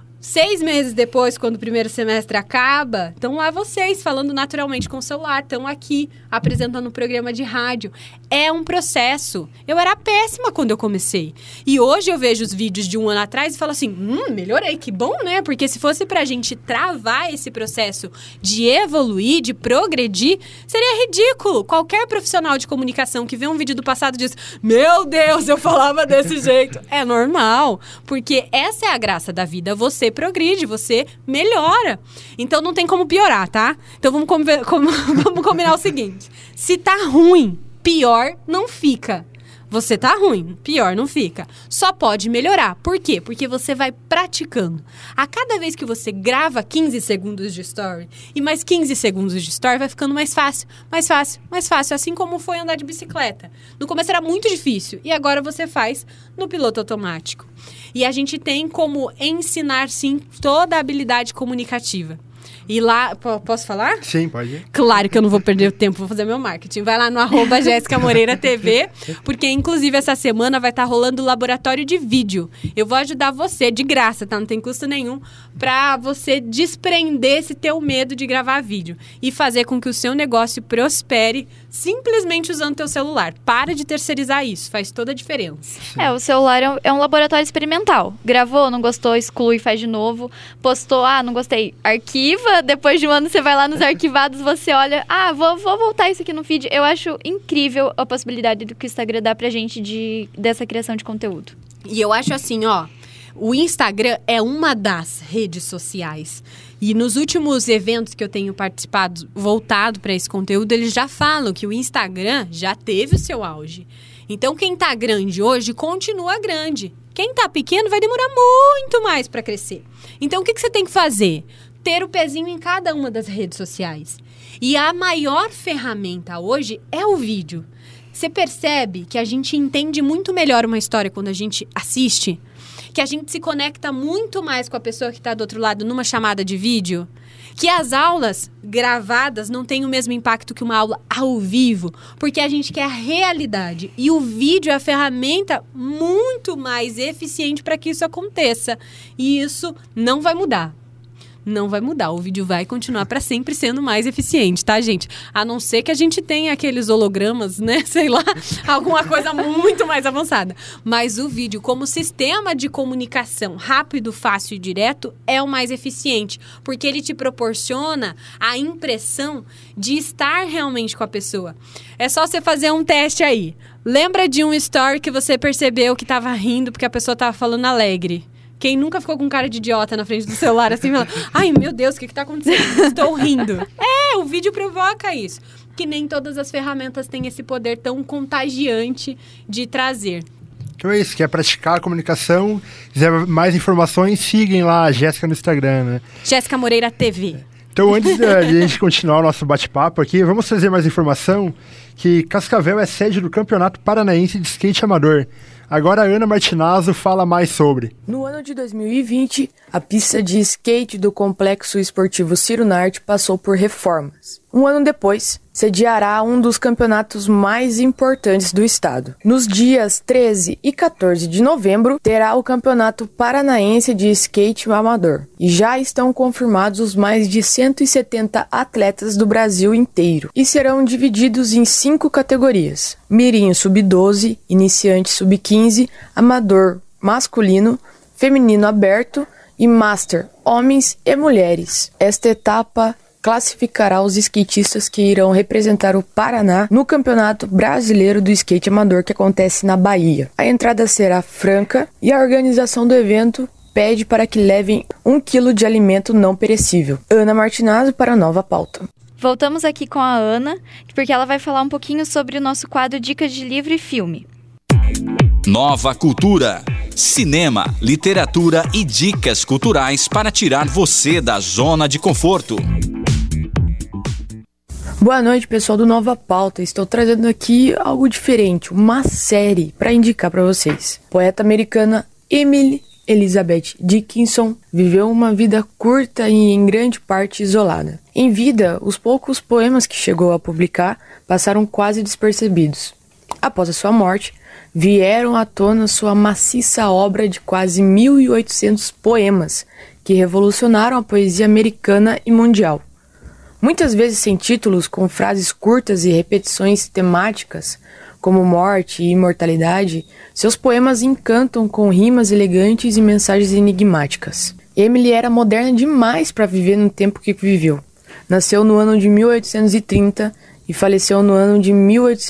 6 meses depois, quando o primeiro semestre acaba, estão lá vocês falando naturalmente com o celular, estão aqui apresentando um programa de rádio. É um processo. Eu era péssima quando eu comecei. E hoje eu vejo os vídeos de 1 ano atrás e falo assim, melhorei, que bom, né? Porque se fosse pra gente travar esse processo de evoluir, de progredir, seria ridículo. Qualquer profissional de comunicação que vê um vídeo do passado diz, meu Deus, eu falava desse jeito. É normal, porque essa é a graça da vida. Você progride, você melhora. Então não tem como piorar, tá? Então vamos combinar o seguinte. Se tá ruim, pior não fica. Você tá ruim, pior não fica. Só pode melhorar. Por quê? Porque você vai praticando. A cada vez que você grava 15 segundos de story e mais 15 segundos de story, vai ficando mais fácil, mais fácil, mais fácil. Assim como foi andar de bicicleta. No começo era muito difícil e agora você faz no piloto automático. E a gente tem como ensinar, sim, toda a habilidade comunicativa. E lá, posso falar? Sim, pode ir. Claro que eu não vou perder o tempo, vou fazer meu marketing. Vai lá no @JessicaMoreiraTV, porque inclusive essa semana vai estar rolando o laboratório de vídeo. Eu vou ajudar você, de graça, tá? Não tem custo nenhum, pra você desprender esse teu medo de gravar vídeo. E fazer com que o seu negócio prospere simplesmente usando teu celular. Para de terceirizar isso, faz toda a diferença. Sim. O celular é um laboratório experimental. Gravou, não gostou, exclui, faz de novo. Postou, não gostei, arquiva. Depois de um ano você vai lá nos arquivados, você olha, vou voltar isso aqui no feed. Eu acho incrível a possibilidade do que o Instagram dá pra gente dessa criação de conteúdo. E eu acho assim, o Instagram é uma das redes sociais. E nos últimos eventos que eu tenho participado, voltado para esse conteúdo, eles já falam que o Instagram já teve o seu auge. Então, quem tá grande hoje, continua grande. Quem tá pequeno vai demorar muito mais para crescer. Então, o que você tem que fazer? Ter o pezinho em cada uma das redes sociais. E a maior ferramenta hoje é o vídeo. Você percebe que a gente entende muito melhor uma história quando a gente assiste? que a gente se conecta muito mais com a pessoa que está do outro lado numa chamada de vídeo, que as aulas gravadas não têm o mesmo impacto que uma aula ao vivo, porque a gente quer a realidade. E o vídeo é a ferramenta muito mais eficiente para que isso aconteça. E isso não vai mudar. Não vai mudar, o vídeo vai continuar para sempre sendo mais eficiente, tá, gente? A não ser que a gente tenha aqueles hologramas, né? Sei lá, alguma coisa muito mais avançada. Mas o vídeo, como sistema de comunicação rápido, fácil e direto, é o mais eficiente, porque ele te proporciona a impressão de estar realmente com a pessoa. É só você fazer um teste aí. Lembra de um story que você percebeu que tava rindo porque a pessoa tava falando alegre? Quem nunca ficou com cara de idiota na frente do celular assim, falando, ai meu Deus, o que tá acontecendo? Estou rindo. O vídeo provoca isso. Que nem todas as ferramentas têm esse poder tão contagiante de trazer. Então é isso, quer praticar a comunicação, quiser mais informações, sigam lá a Jéssica no Instagram, né? Jéssica Moreira TV. Então, antes de a gente continuar o nosso bate-papo aqui, vamos trazer mais informação que Cascavel é sede do Campeonato Paranaense de Skate Amador. Agora a Ana Martinazzo fala mais sobre. No ano de 2020, a pista de skate do Complexo Esportivo Ciro Nart passou por reformas. Um ano depois, sediará um dos campeonatos mais importantes do estado. Nos dias 13 e 14 de novembro, terá o Campeonato Paranaense de Skate Amador. E já estão confirmados os mais de 170 atletas do Brasil inteiro. E serão divididos em 5 categorias: Mirim Sub-12, Iniciante Sub-15, Amador Masculino, Feminino Aberto e Master, Homens e Mulheres. Esta etapa classificará os skatistas que irão representar o Paraná no Campeonato Brasileiro do Skate Amador, que acontece na Bahia. A entrada será franca e a organização do evento pede para que levem 1 quilo de alimento não perecível. Ana Martinazzo para a Nova Pauta. Voltamos aqui com a Ana, porque ela vai falar um pouquinho sobre o nosso quadro Dicas de Livro e Filme. Nova Cultura. Cinema, literatura e dicas culturais para tirar você da zona de conforto. Boa noite, pessoal do Nova Pauta. Estou trazendo aqui algo diferente, uma série para indicar para vocês. Poeta americana Emily Elizabeth Dickinson viveu uma vida curta e em grande parte isolada. Em vida, os poucos poemas que chegou a publicar passaram quase despercebidos. Após a sua morte, vieram à tona sua maciça obra de quase 1.800 poemas que revolucionaram a poesia americana e mundial. Muitas vezes sem títulos, com frases curtas e repetições temáticas, como morte e imortalidade, seus poemas encantam com rimas elegantes e mensagens enigmáticas. Emily era moderna demais para viver no tempo que viveu. Nasceu no ano de 1830 e faleceu no ano de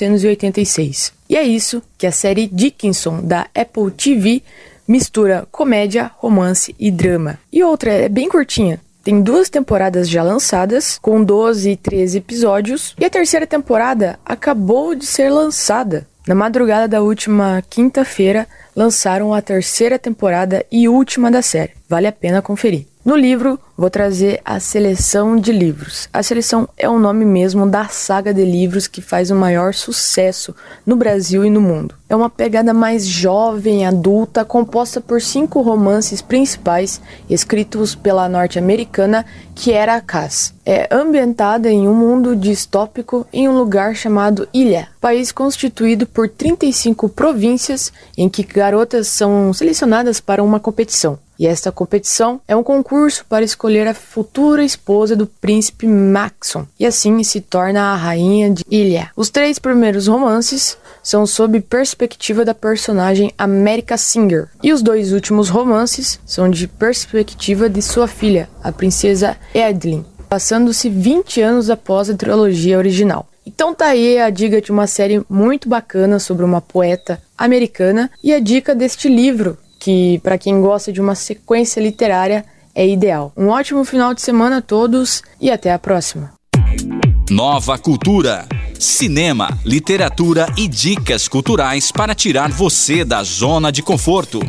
1886. E é isso que a série Dickinson, da Apple TV, mistura comédia, romance e drama. E outra, é bem curtinha. Tem 2 temporadas já lançadas, com 12 e 13 episódios, e a terceira temporada acabou de ser lançada. Na madrugada da última quinta-feira, lançaram a terceira temporada e última da série. Vale a pena conferir. No livro, vou trazer a Seleção de Livros. A Seleção é o nome mesmo da saga de livros que faz o maior sucesso no Brasil e no mundo. É uma pegada mais jovem, adulta, composta por 5 romances principais, escritos pela norte-americana Kiera Cass. É ambientada em um mundo distópico em um lugar chamado Ilha, país constituído por 35 províncias em que garotas são selecionadas para uma competição. E esta competição é um concurso para escolher a futura esposa do príncipe Maxon, e assim se torna a rainha de Ilha. Os 3 primeiros romances são sob perspectiva da personagem America Singer, e os 2 últimos romances são de perspectiva de sua filha, a princesa Edlin, passando-se 20 anos após a trilogia original. Então tá aí a dica de uma série muito bacana sobre uma poeta americana e a dica deste livro, que para quem gosta de uma sequência literária é ideal. Um ótimo final de semana a todos e até a próxima. Nova Cultura. Cinema, literatura e dicas culturais para tirar você da zona de conforto.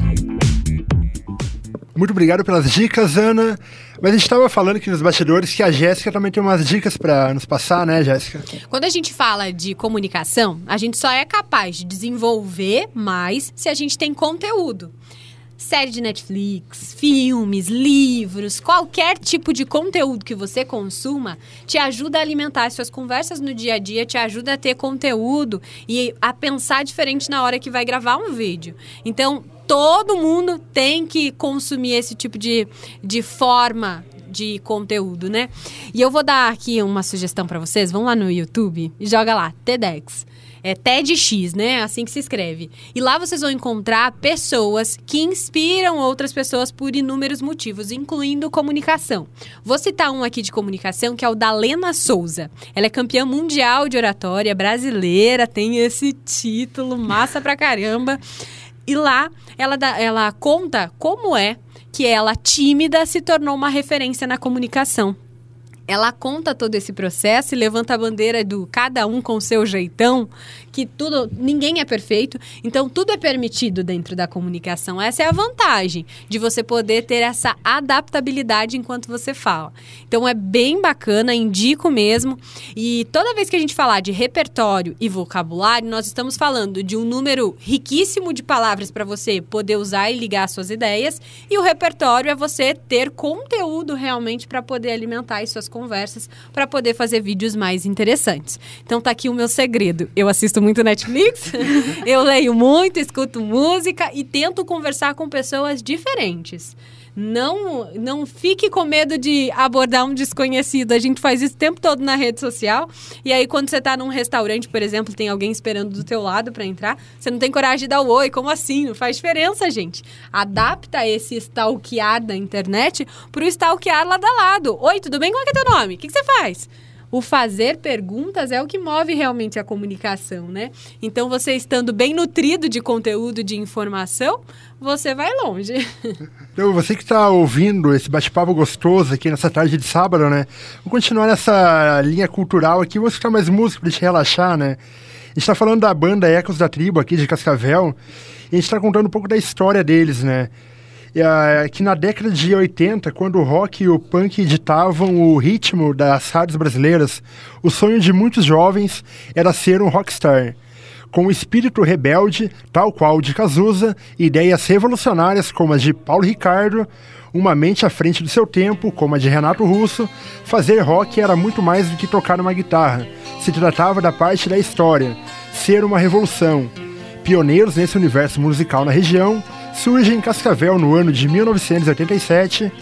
Muito obrigado pelas dicas, Ana. Mas a gente estava falando aqui nos bastidores que a Jéssica também tem umas dicas para nos passar, né, Jéssica? Quando a gente fala de comunicação, a gente só é capaz de desenvolver mais se a gente tem conteúdo. Série de Netflix, filmes, livros, qualquer tipo de conteúdo que você consuma te ajuda a alimentar as suas conversas no dia a dia, te ajuda a ter conteúdo e a pensar diferente na hora que vai gravar um vídeo. Então, todo mundo tem que consumir esse tipo de forma de conteúdo, né? E eu vou dar aqui uma sugestão para vocês. Vão lá no YouTube e joga lá, TEDx. É TEDx, né? Assim que se escreve. E lá vocês vão encontrar pessoas que inspiram outras pessoas por inúmeros motivos, incluindo comunicação. Vou citar um aqui de comunicação, que é o da Lena Souza. Ela é campeã mundial de oratória brasileira, tem esse título, massa pra caramba. E lá ela conta como é que ela, tímida, se tornou uma referência na comunicação. Ela conta todo esse processo e levanta a bandeira do cada um com o seu jeitão, que ninguém é perfeito, então tudo é permitido dentro da comunicação. Essa é a vantagem de você poder ter essa adaptabilidade enquanto você fala. Então é bem bacana, indico mesmo. E toda vez que a gente falar de repertório e vocabulário, nós estamos falando de um número riquíssimo de palavras para você poder usar e ligar suas ideias. E o repertório é você ter conteúdo realmente para poder alimentar as suas conversas, para poder fazer vídeos mais interessantes. Então tá aqui o meu segredo. Eu assisto muito Netflix, eu leio muito, escuto música e tento conversar com pessoas diferentes. Não fique com medo de abordar um desconhecido. A gente faz isso o tempo todo na rede social. E aí, quando você tá num restaurante, por exemplo, tem alguém esperando do teu lado para entrar, você não tem coragem de dar o oi. Como assim? Não faz diferença, gente. Adapta esse stalkear da internet pro stalkear lá do lado. Oi, tudo bem? Qual é teu nome? O que você faz? O fazer perguntas é o que move realmente a comunicação, né? Então, você estando bem nutrido de conteúdo, de informação, você vai longe. Então, você que está ouvindo esse bate-papo gostoso aqui nessa tarde de sábado, né? Vou continuar nessa linha cultural aqui, vou escutar mais música para te relaxar, né? A gente está falando da banda Ecos da Tribo aqui de Cascavel e a gente está contando um pouco da história deles, né? Que na década de 80, quando o rock e o punk ditavam o ritmo das rádios brasileiras, o sonho de muitos jovens era ser um rockstar. Com um espírito rebelde, tal qual o de Cazuza, ideias revolucionárias como as de Paulo Ricardo, uma mente à frente do seu tempo, como a de Renato Russo, fazer rock era muito mais do que tocar uma guitarra. Se tratava da parte da história, ser uma revolução. Pioneiros nesse universo musical na região, surge em Cascavel no ano de 1987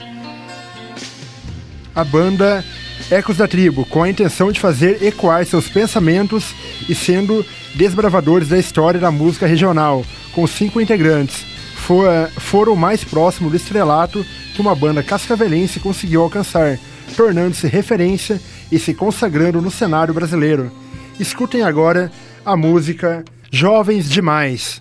a banda Ecos da Tribo, com a intenção de fazer ecoar seus pensamentos e sendo desbravadores da história da música regional, com 5 integrantes. Foram o mais próximo do estrelato que uma banda cascavelense conseguiu alcançar, tornando-se referência e se consagrando no cenário brasileiro. Escutem agora a música Jovens Demais.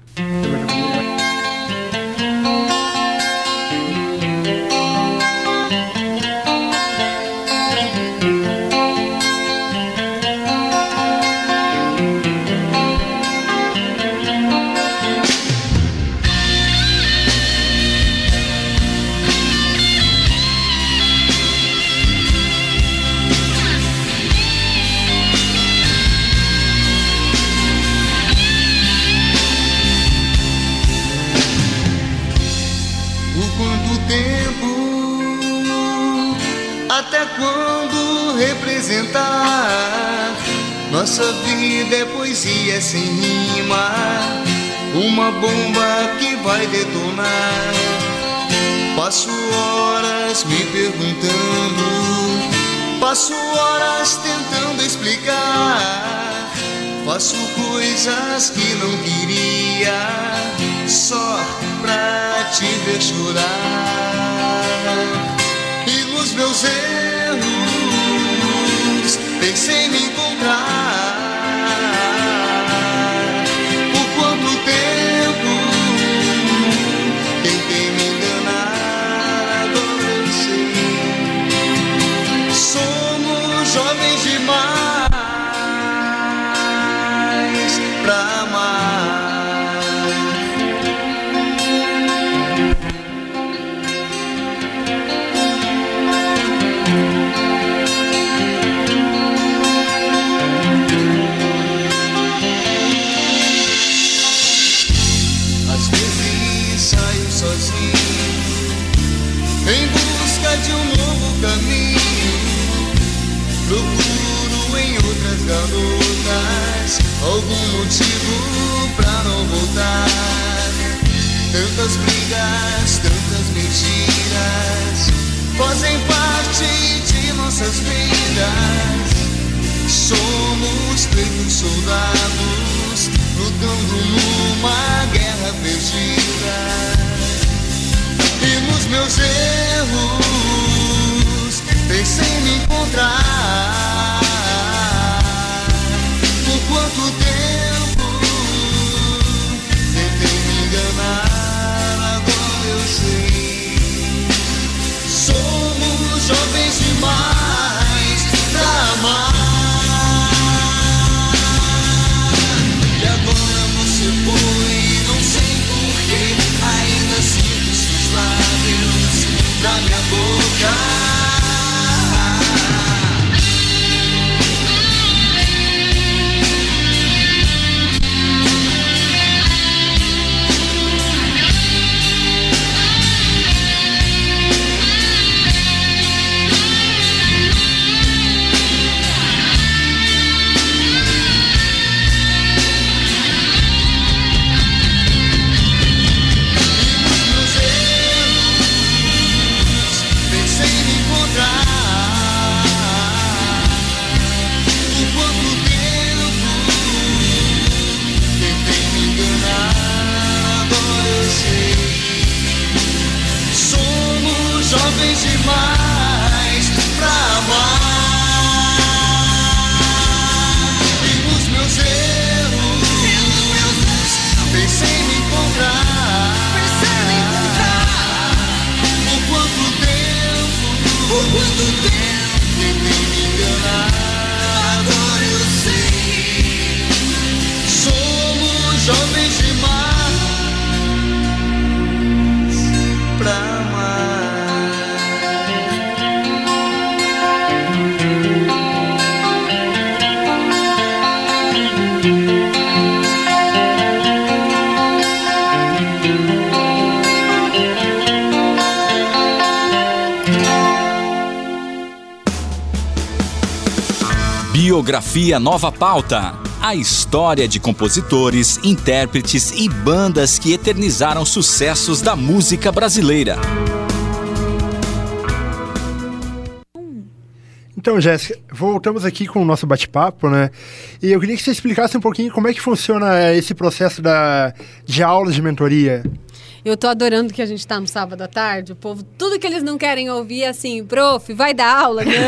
Nossa vida é poesia sem rima, uma bomba que vai detonar. Passo horas me perguntando, passo horas tentando explicar. Faço coisas que não queria, só pra te ver chorar. E nos meus erros pensei me encontrar. Por quanto tempo tentei me enganar, agora eu sei. Somos jovens demais pra amar. Às vezes saio sozinho garotas, algum motivo pra não voltar. Tantas brigas, tantas mentiras fazem parte de nossas vidas. Somos treinos soldados lutando numa guerra perdida. E nos meus erros pensei em me encontrar. Por quanto tempo tentei me enganar, agora eu sei. Somos jovens demais pra amar. E agora você foi, não sei porquê, ainda sinto seus lábios na minha boca. Jovens demais pra amar. E nos meus erros pensei em me encontrar. Por quanto tempo tentei me enganar, agora eu sei. Somos jovens demais pra amar. Biografia Nova Pauta. A história de compositores, intérpretes e bandas que eternizaram sucessos da música brasileira. Então, Jéssica, voltamos aqui com o nosso bate-papo, né? E eu queria que você explicasse um pouquinho como é que funciona esse processo de aulas de mentoria. Eu tô adorando que a gente tá no sábado à tarde, o povo, tudo que eles não querem ouvir é assim, prof, vai dar aula? Não.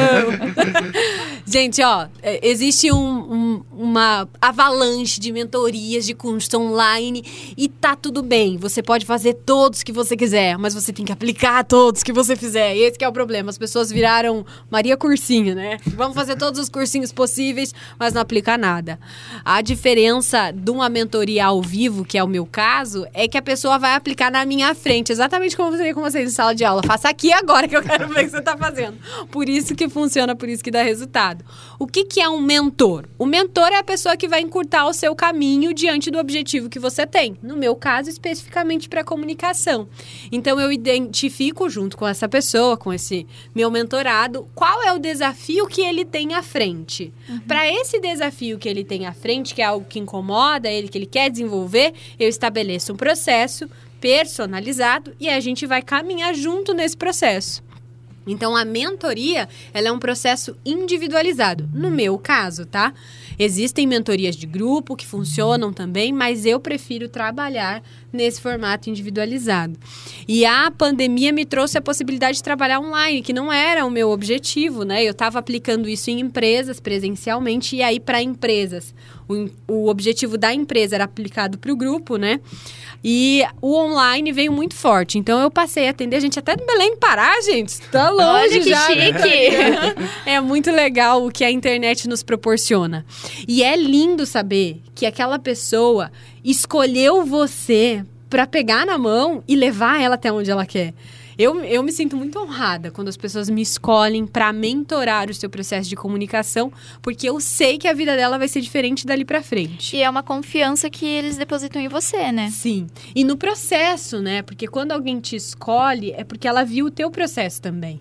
Gente, ó, existe uma avalanche de mentorias, de cursos online e tá tudo bem. Você pode fazer todos que você quiser, mas você tem que aplicar todos que você fizer. Esse que é o problema. As pessoas viraram Maria Cursinho, né? Vamos fazer todos os cursinhos possíveis, mas não aplicar nada. A diferença de uma mentoria ao vivo, que é o meu caso, é que a pessoa vai aplicar na minha frente, exatamente como eu falei com vocês em sala de aula. Faça aqui agora que eu quero ver o que você está fazendo. Por isso que funciona, por isso que dá resultado. O que é um mentor? O mentor é a pessoa que vai encurtar o seu caminho diante do objetivo que você tem. No meu caso, especificamente para comunicação. Então, eu identifico junto com essa pessoa, com esse meu mentorado, qual é o desafio que ele tem à frente. Para esse desafio que ele tem à frente, que é algo que incomoda ele, que ele quer desenvolver, eu estabeleço um processo personalizado e a gente vai caminhar junto nesse processo. Então, a mentoria, ela é um processo individualizado. No meu caso, tá? Existem mentorias de grupo que funcionam também, mas eu prefiro trabalhar nesse formato individualizado. E a pandemia me trouxe a possibilidade de trabalhar online, que não era o meu objetivo, né? Eu estava aplicando isso em empresas presencialmente e aí para empresas. O objetivo da empresa era aplicado para o grupo, né? E o online veio muito forte. Então, eu passei a atender gente até do Belém do Pará, gente. Tá longe. Olha que já, chique! Né? É muito legal o que a internet nos proporciona. E é lindo saber que aquela pessoa escolheu você para pegar na mão e levar ela até onde ela quer. Eu me sinto muito honrada quando as pessoas me escolhem para mentorar o seu processo de comunicação, porque eu sei que a vida dela vai ser diferente dali para frente. E é uma confiança que eles depositam em você, né? Sim. E no processo, né? Porque quando alguém te escolhe, é porque ela viu o teu processo também.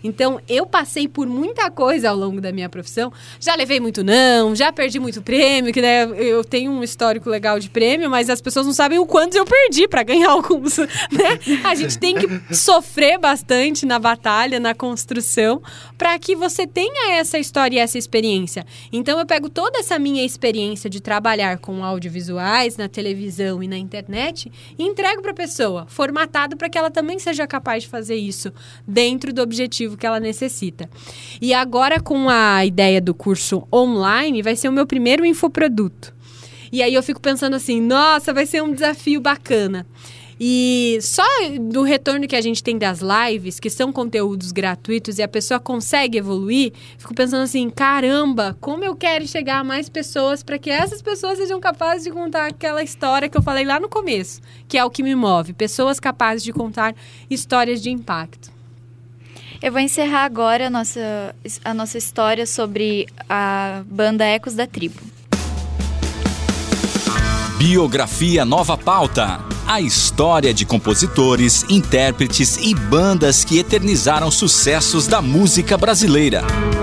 Então, eu passei por muita coisa ao longo da minha profissão. Já levei muito não, já perdi muito prêmio, que né, eu tenho um histórico legal de prêmio, mas as pessoas não sabem o quanto eu perdi para ganhar alguns, né? A gente tem que sofrer bastante na batalha, na construção, para que você tenha essa história e essa experiência. Então, eu pego toda essa minha experiência de trabalhar com audiovisuais, na televisão e na internet e entrego para a pessoa, formatado para que ela também seja capaz de fazer isso dentro do objetivo que ela necessita. E agora, com a ideia do curso online, vai ser o meu primeiro infoproduto. E aí eu fico pensando assim, nossa, vai ser um desafio bacana. E só do retorno que a gente tem das lives, que são conteúdos gratuitos e a pessoa consegue evoluir, fico pensando assim, caramba, como eu quero chegar a mais pessoas para que essas pessoas sejam capazes de contar aquela história que eu falei lá no começo, que é o que me move, pessoas capazes de contar histórias de impacto. Eu vou encerrar agora a nossa história sobre a banda Ecos da Tribo. Biografia Nova Pauta. A história de compositores, intérpretes e bandas que eternizaram sucessos da música brasileira.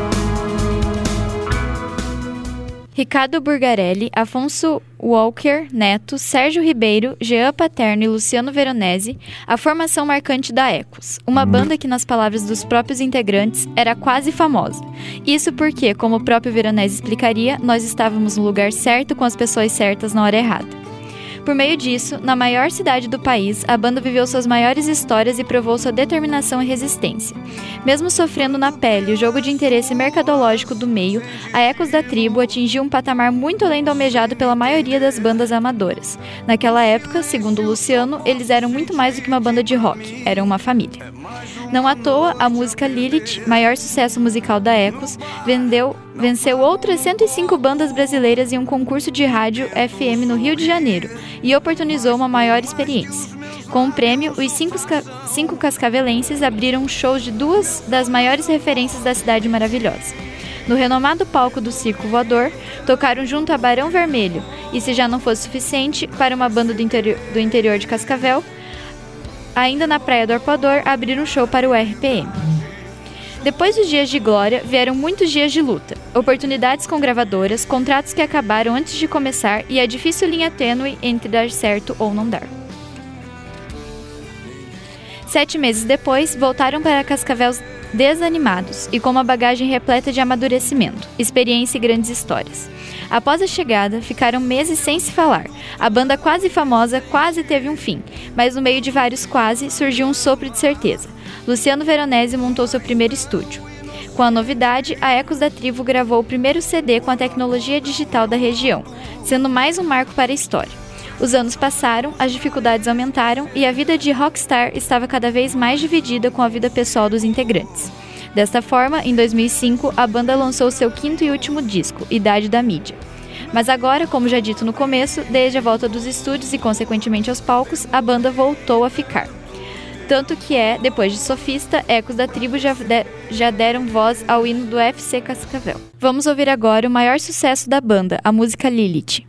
Ricardo Burgarelli, Afonso Walker Neto, Sérgio Ribeiro, Jean Paterno e Luciano Veronese, a formação marcante da Ecos, uma banda que, nas palavras dos próprios integrantes, era quase famosa. Isso porque, como o próprio Veronese explicaria, nós estávamos no lugar certo com as pessoas certas na hora errada. Por meio disso, na maior cidade do país, a banda viveu suas maiores histórias e provou sua determinação e resistência. Mesmo sofrendo na pele o jogo de interesse mercadológico do meio, a Ecos da Tribo atingiu um patamar muito além do almejado pela maioria das bandas amadoras. Naquela época, segundo Luciano, eles eram muito mais do que uma banda de rock, eram uma família. Não à toa, a música Lilith, maior sucesso musical da Ecos, venceu outras 105 bandas brasileiras em um concurso de rádio FM no Rio de Janeiro e oportunizou uma maior experiência. Com o prêmio, os cinco cascavelenses abriram shows de duas das maiores referências da cidade maravilhosa. No renomado palco do Circo Voador, tocaram junto a Barão Vermelho e, se já não fosse suficiente, para uma banda do interior de Cascavel, ainda na Praia do Arpoador, abriram um show para o RPM. Depois dos dias de glória, vieram muitos dias de luta, oportunidades com gravadoras, contratos que acabaram antes de começar e a difícil linha tênue entre dar certo ou não dar. 7 meses depois, voltaram para Cascavel desanimados e com uma bagagem repleta de amadurecimento, experiência e grandes histórias. Após a chegada, ficaram meses sem se falar. A banda quase famosa quase teve um fim, mas no meio de vários quase, surgiu um sopro de certeza. Luciano Veronese montou seu primeiro estúdio. Com a novidade, a Ecos da Tribo gravou o primeiro CD com a tecnologia digital da região, sendo mais um marco para a história. Os anos passaram, as dificuldades aumentaram e a vida de rockstar estava cada vez mais dividida com a vida pessoal dos integrantes. Desta forma, em 2005, a banda lançou seu 5º e último disco, Idade da Mídia. Mas agora, como já dito no começo, desde a volta dos estúdios e consequentemente aos palcos, a banda voltou a ficar. Tanto que depois de Sofista, Ecos da Tribo já deram voz ao hino do FC Cascavel. Vamos ouvir agora o maior sucesso da banda, a música Lilith.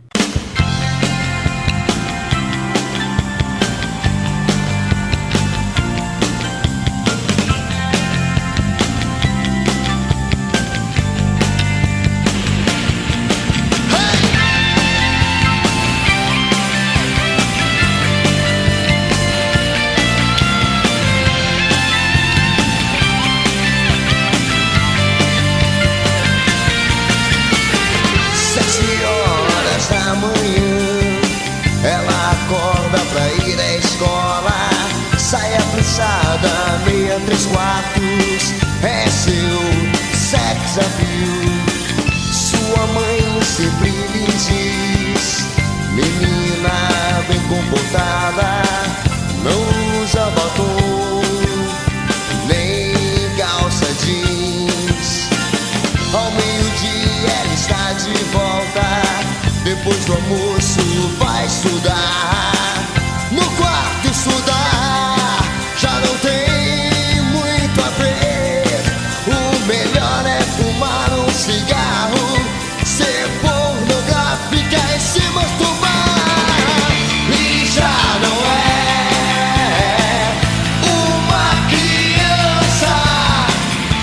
Meia 3 quartos é seu sex appeal. Sua mãe sempre lhe diz: menina bem comportada, não usa batom nem calça jeans. Ao meio-dia ela está de volta, depois do almoço vai estudar. No quarto estudar já não tem muito a ver. O melhor é fumar um cigarro, ser pornográfica e se masturbar. E já não é uma criança,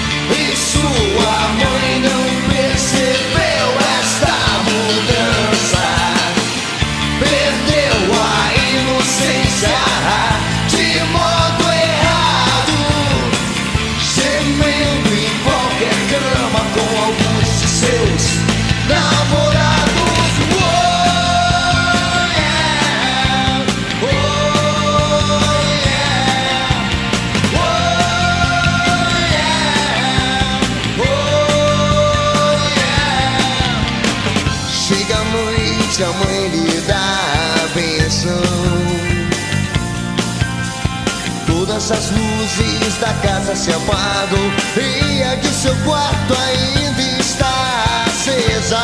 noite a mãe lhe dá a benção. Todas as luzes da casa se apagam e a de seu quarto ainda está acesa.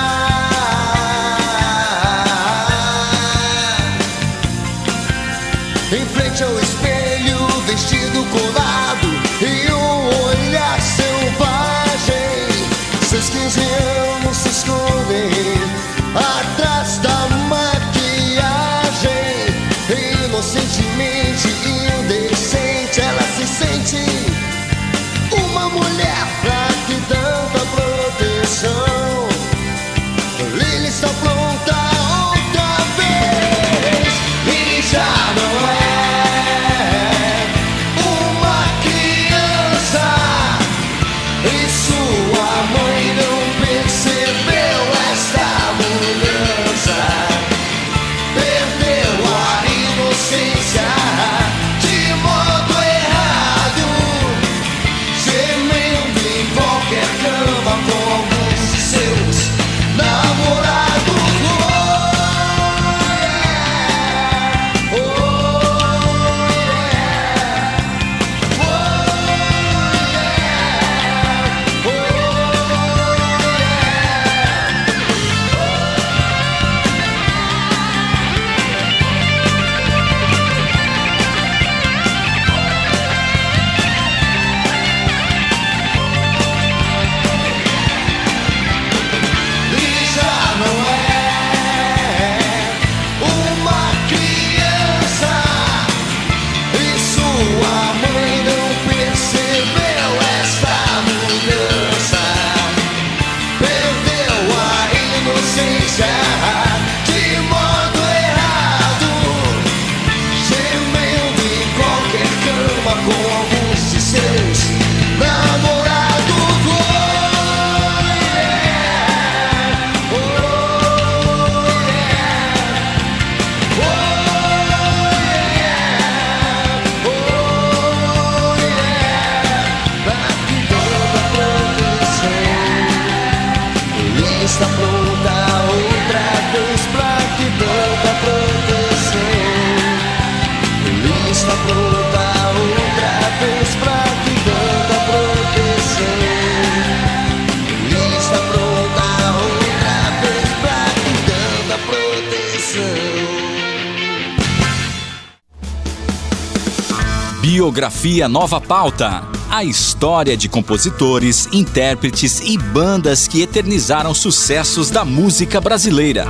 Em frente ao espelho, vestido colado e um olhar selvagem. Seus 15 anos se escondem atrás da maquiagem. Inocentemente indecente, ela se sente uma mulher pra que tanta proteção. Lili está pronta outra vez e já não é uma criança. E sua mãe não percebeu esta mudança. Perdeu a inocência de modo errado, gemendo em qualquer cama com alguns de seus namorados. Está pronta outra vez pra que tanta proteção. Ele está pronta outra vez pra que tanta proteção. Ele está pronta outra vez pra que tanta proteção. Biografia Nova Pauta. A história de compositores, intérpretes e bandas que eternizaram sucessos da música brasileira.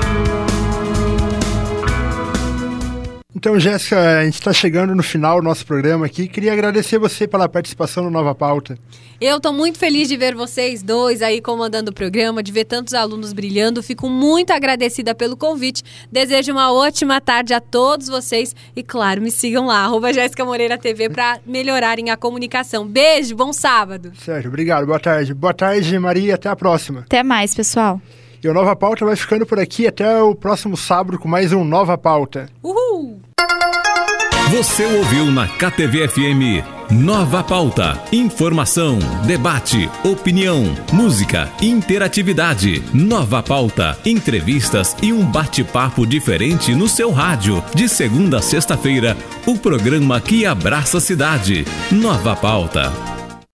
Então, Jéssica, a gente está chegando no final do nosso programa aqui. Queria agradecer você pela participação no Nova Pauta. Eu estou muito feliz de ver vocês dois aí comandando o programa, de ver tantos alunos brilhando. Fico muito agradecida pelo convite. Desejo uma ótima tarde a todos vocês. E, claro, me sigam lá, @Jéssica Moreira TV, para melhorarem a comunicação. Beijo, bom sábado. Certo, obrigado. Boa tarde. Boa tarde, Maria. Até a próxima. Até mais, pessoal. E o Nova Pauta vai ficando por aqui até o próximo sábado com mais um Nova Pauta. Uhul! Você ouviu na KTV-FM Nova Pauta. Informação, debate, opinião, música, interatividade. Nova Pauta. Entrevistas e um bate-papo diferente no seu rádio. De segunda a sexta-feira, o programa que abraça a cidade. Nova Pauta.